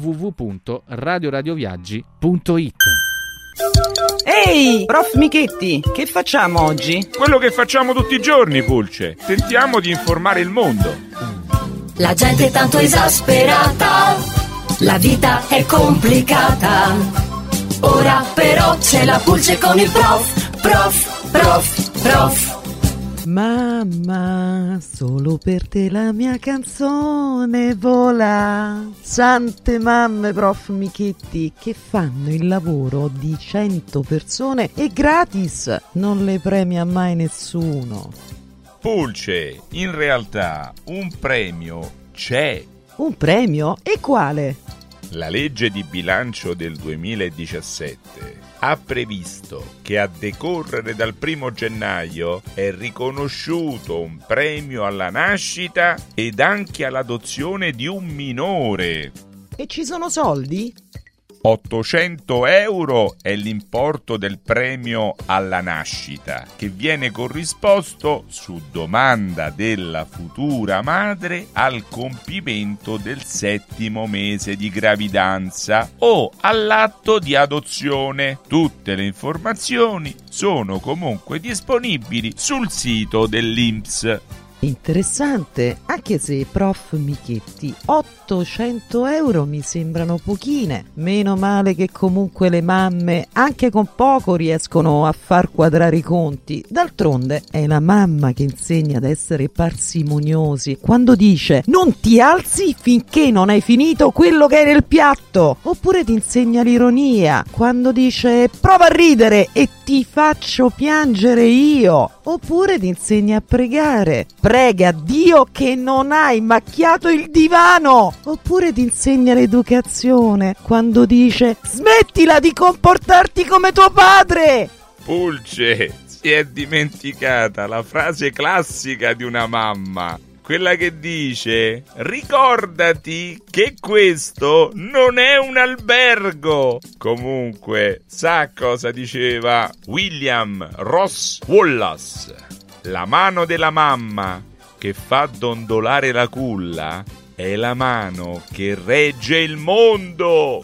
www.radioradioviaggi.it. Ehi, prof Michetti, che facciamo oggi? Quello che facciamo tutti i giorni, Pulce. Tentiamo di informare il mondo. La gente è tanto esasperata, la vita è complicata. Ora però c'è la Pulce con il prof. Mamma, solo per te la mia canzone vola. Sante mamme, prof Michetti, che fanno il lavoro di 100 persone e gratis, non le premia mai nessuno. Pulce, in realtà un premio c'è. Un premio? E quale? La legge di bilancio del 2017 ha previsto che a decorrere dal 1 gennaio è riconosciuto un premio alla nascita ed anche all'adozione di un minore. E ci sono soldi? 800 euro è l'importo del premio alla nascita, che viene corrisposto su domanda della futura madre al compimento del 7° mese di gravidanza o all'atto di adozione. Tutte le informazioni sono comunque disponibili sul sito dell'INPS. Interessante, anche se, prof Michetti, 800 euro mi sembrano pochine. Meno male che comunque le mamme, anche con poco, riescono a far quadrare i conti. D'altronde è la mamma che insegna ad essere parsimoniosi quando dice non ti alzi finché non hai finito quello che è nel piatto, oppure ti insegna l'ironia quando dice prova a ridere e ti faccio piangere io, oppure ti insegna a pregare, prega Dio che non hai macchiato il divano, oppure ti insegna l'educazione quando dice smettila di comportarti come tuo padre. Pulce, si è dimenticata la frase classica di una mamma, quella che dice ricordati che questo non è un albergo. Comunque, sa cosa diceva William Ross Wallace? La mano della mamma che fa dondolare la culla è la mano che regge il mondo.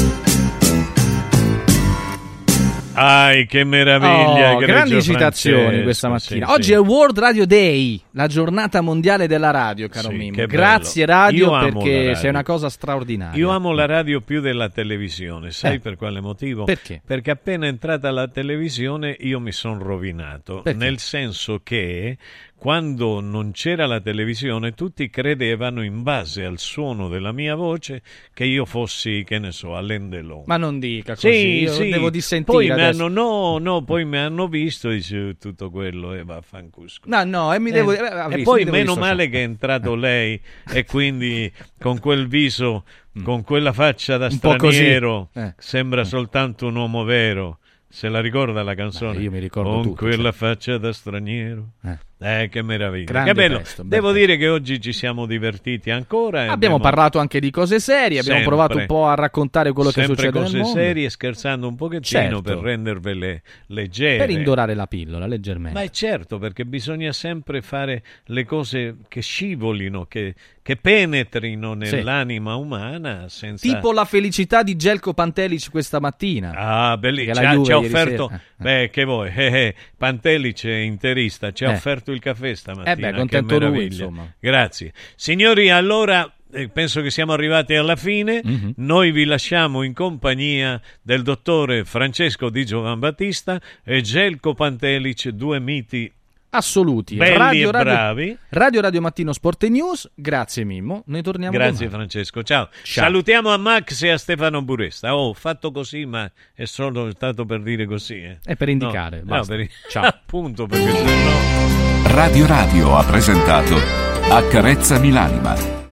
Ai, che meraviglia! Grandi citazioni Francesco, questa mattina. sì, Oggi sì. è World Radio Day, la giornata mondiale della radio, caro Sì, Mimmo. che Grazie bello. radio, Io amo la perché radio. sei una cosa straordinaria. Io amo la radio più della televisione, sai per quale motivo? Perché? Perché appena è entrata la televisione io mi sono rovinato, Perché? nel senso che quando non c'era la televisione tutti credevano, in base al suono della mia voce, che io fossi, che ne so, Alain Delon. Ma non dica così, io devo dissentire poi adesso. poi mi hanno visto e dice tutto quello e vaffancusco. No, e mi devo E poi meno male che è entrato lei e quindi con quel viso, con quella faccia da Un po' così. straniero, sembra soltanto un uomo vero. Se la ricorda la canzone? Io mi ricordo con tutto, quella faccia da straniero. Che meraviglia. Grande Che bello. testo, Devo dire che oggi ci siamo divertiti ancora. E Abbiamo parlato anche di cose serie, abbiamo provato un po' a raccontare quello che succede nel cose mondo. serie, scherzando un pochettino, Certo. per rendervele leggere. Per indorare la pillola leggermente. Ma è certo, perché bisogna sempre fare le cose che scivolino, che penetrino nell'anima umana senza... Tipo la felicità di Željko Pantelic questa mattina. Ah, bellissimo. Che la Juve Ci ha ieri offerto... sera. Beh, che vuoi? Pantelic è interista, ci ha offerto il caffè stamattina. contento che lui, meraviglia. insomma. Grazie. Signori, allora... penso che siamo arrivati alla fine. Noi vi lasciamo in compagnia del dottore Francesco Di Giovanbattista e Željko Pantelic, due miti assoluti, belli e bravi. Radio Mattino Sport e News. Grazie Mimmo, noi torniamo Grazie domani. Francesco, ciao. Salutiamo a Max e a Stefano Buresta. Ho fatto così, ma è solo stato per dire così. È per indicare, basta. Ciao. Appunto, perché sennò... Radio ha presentato Accarezza Milanima.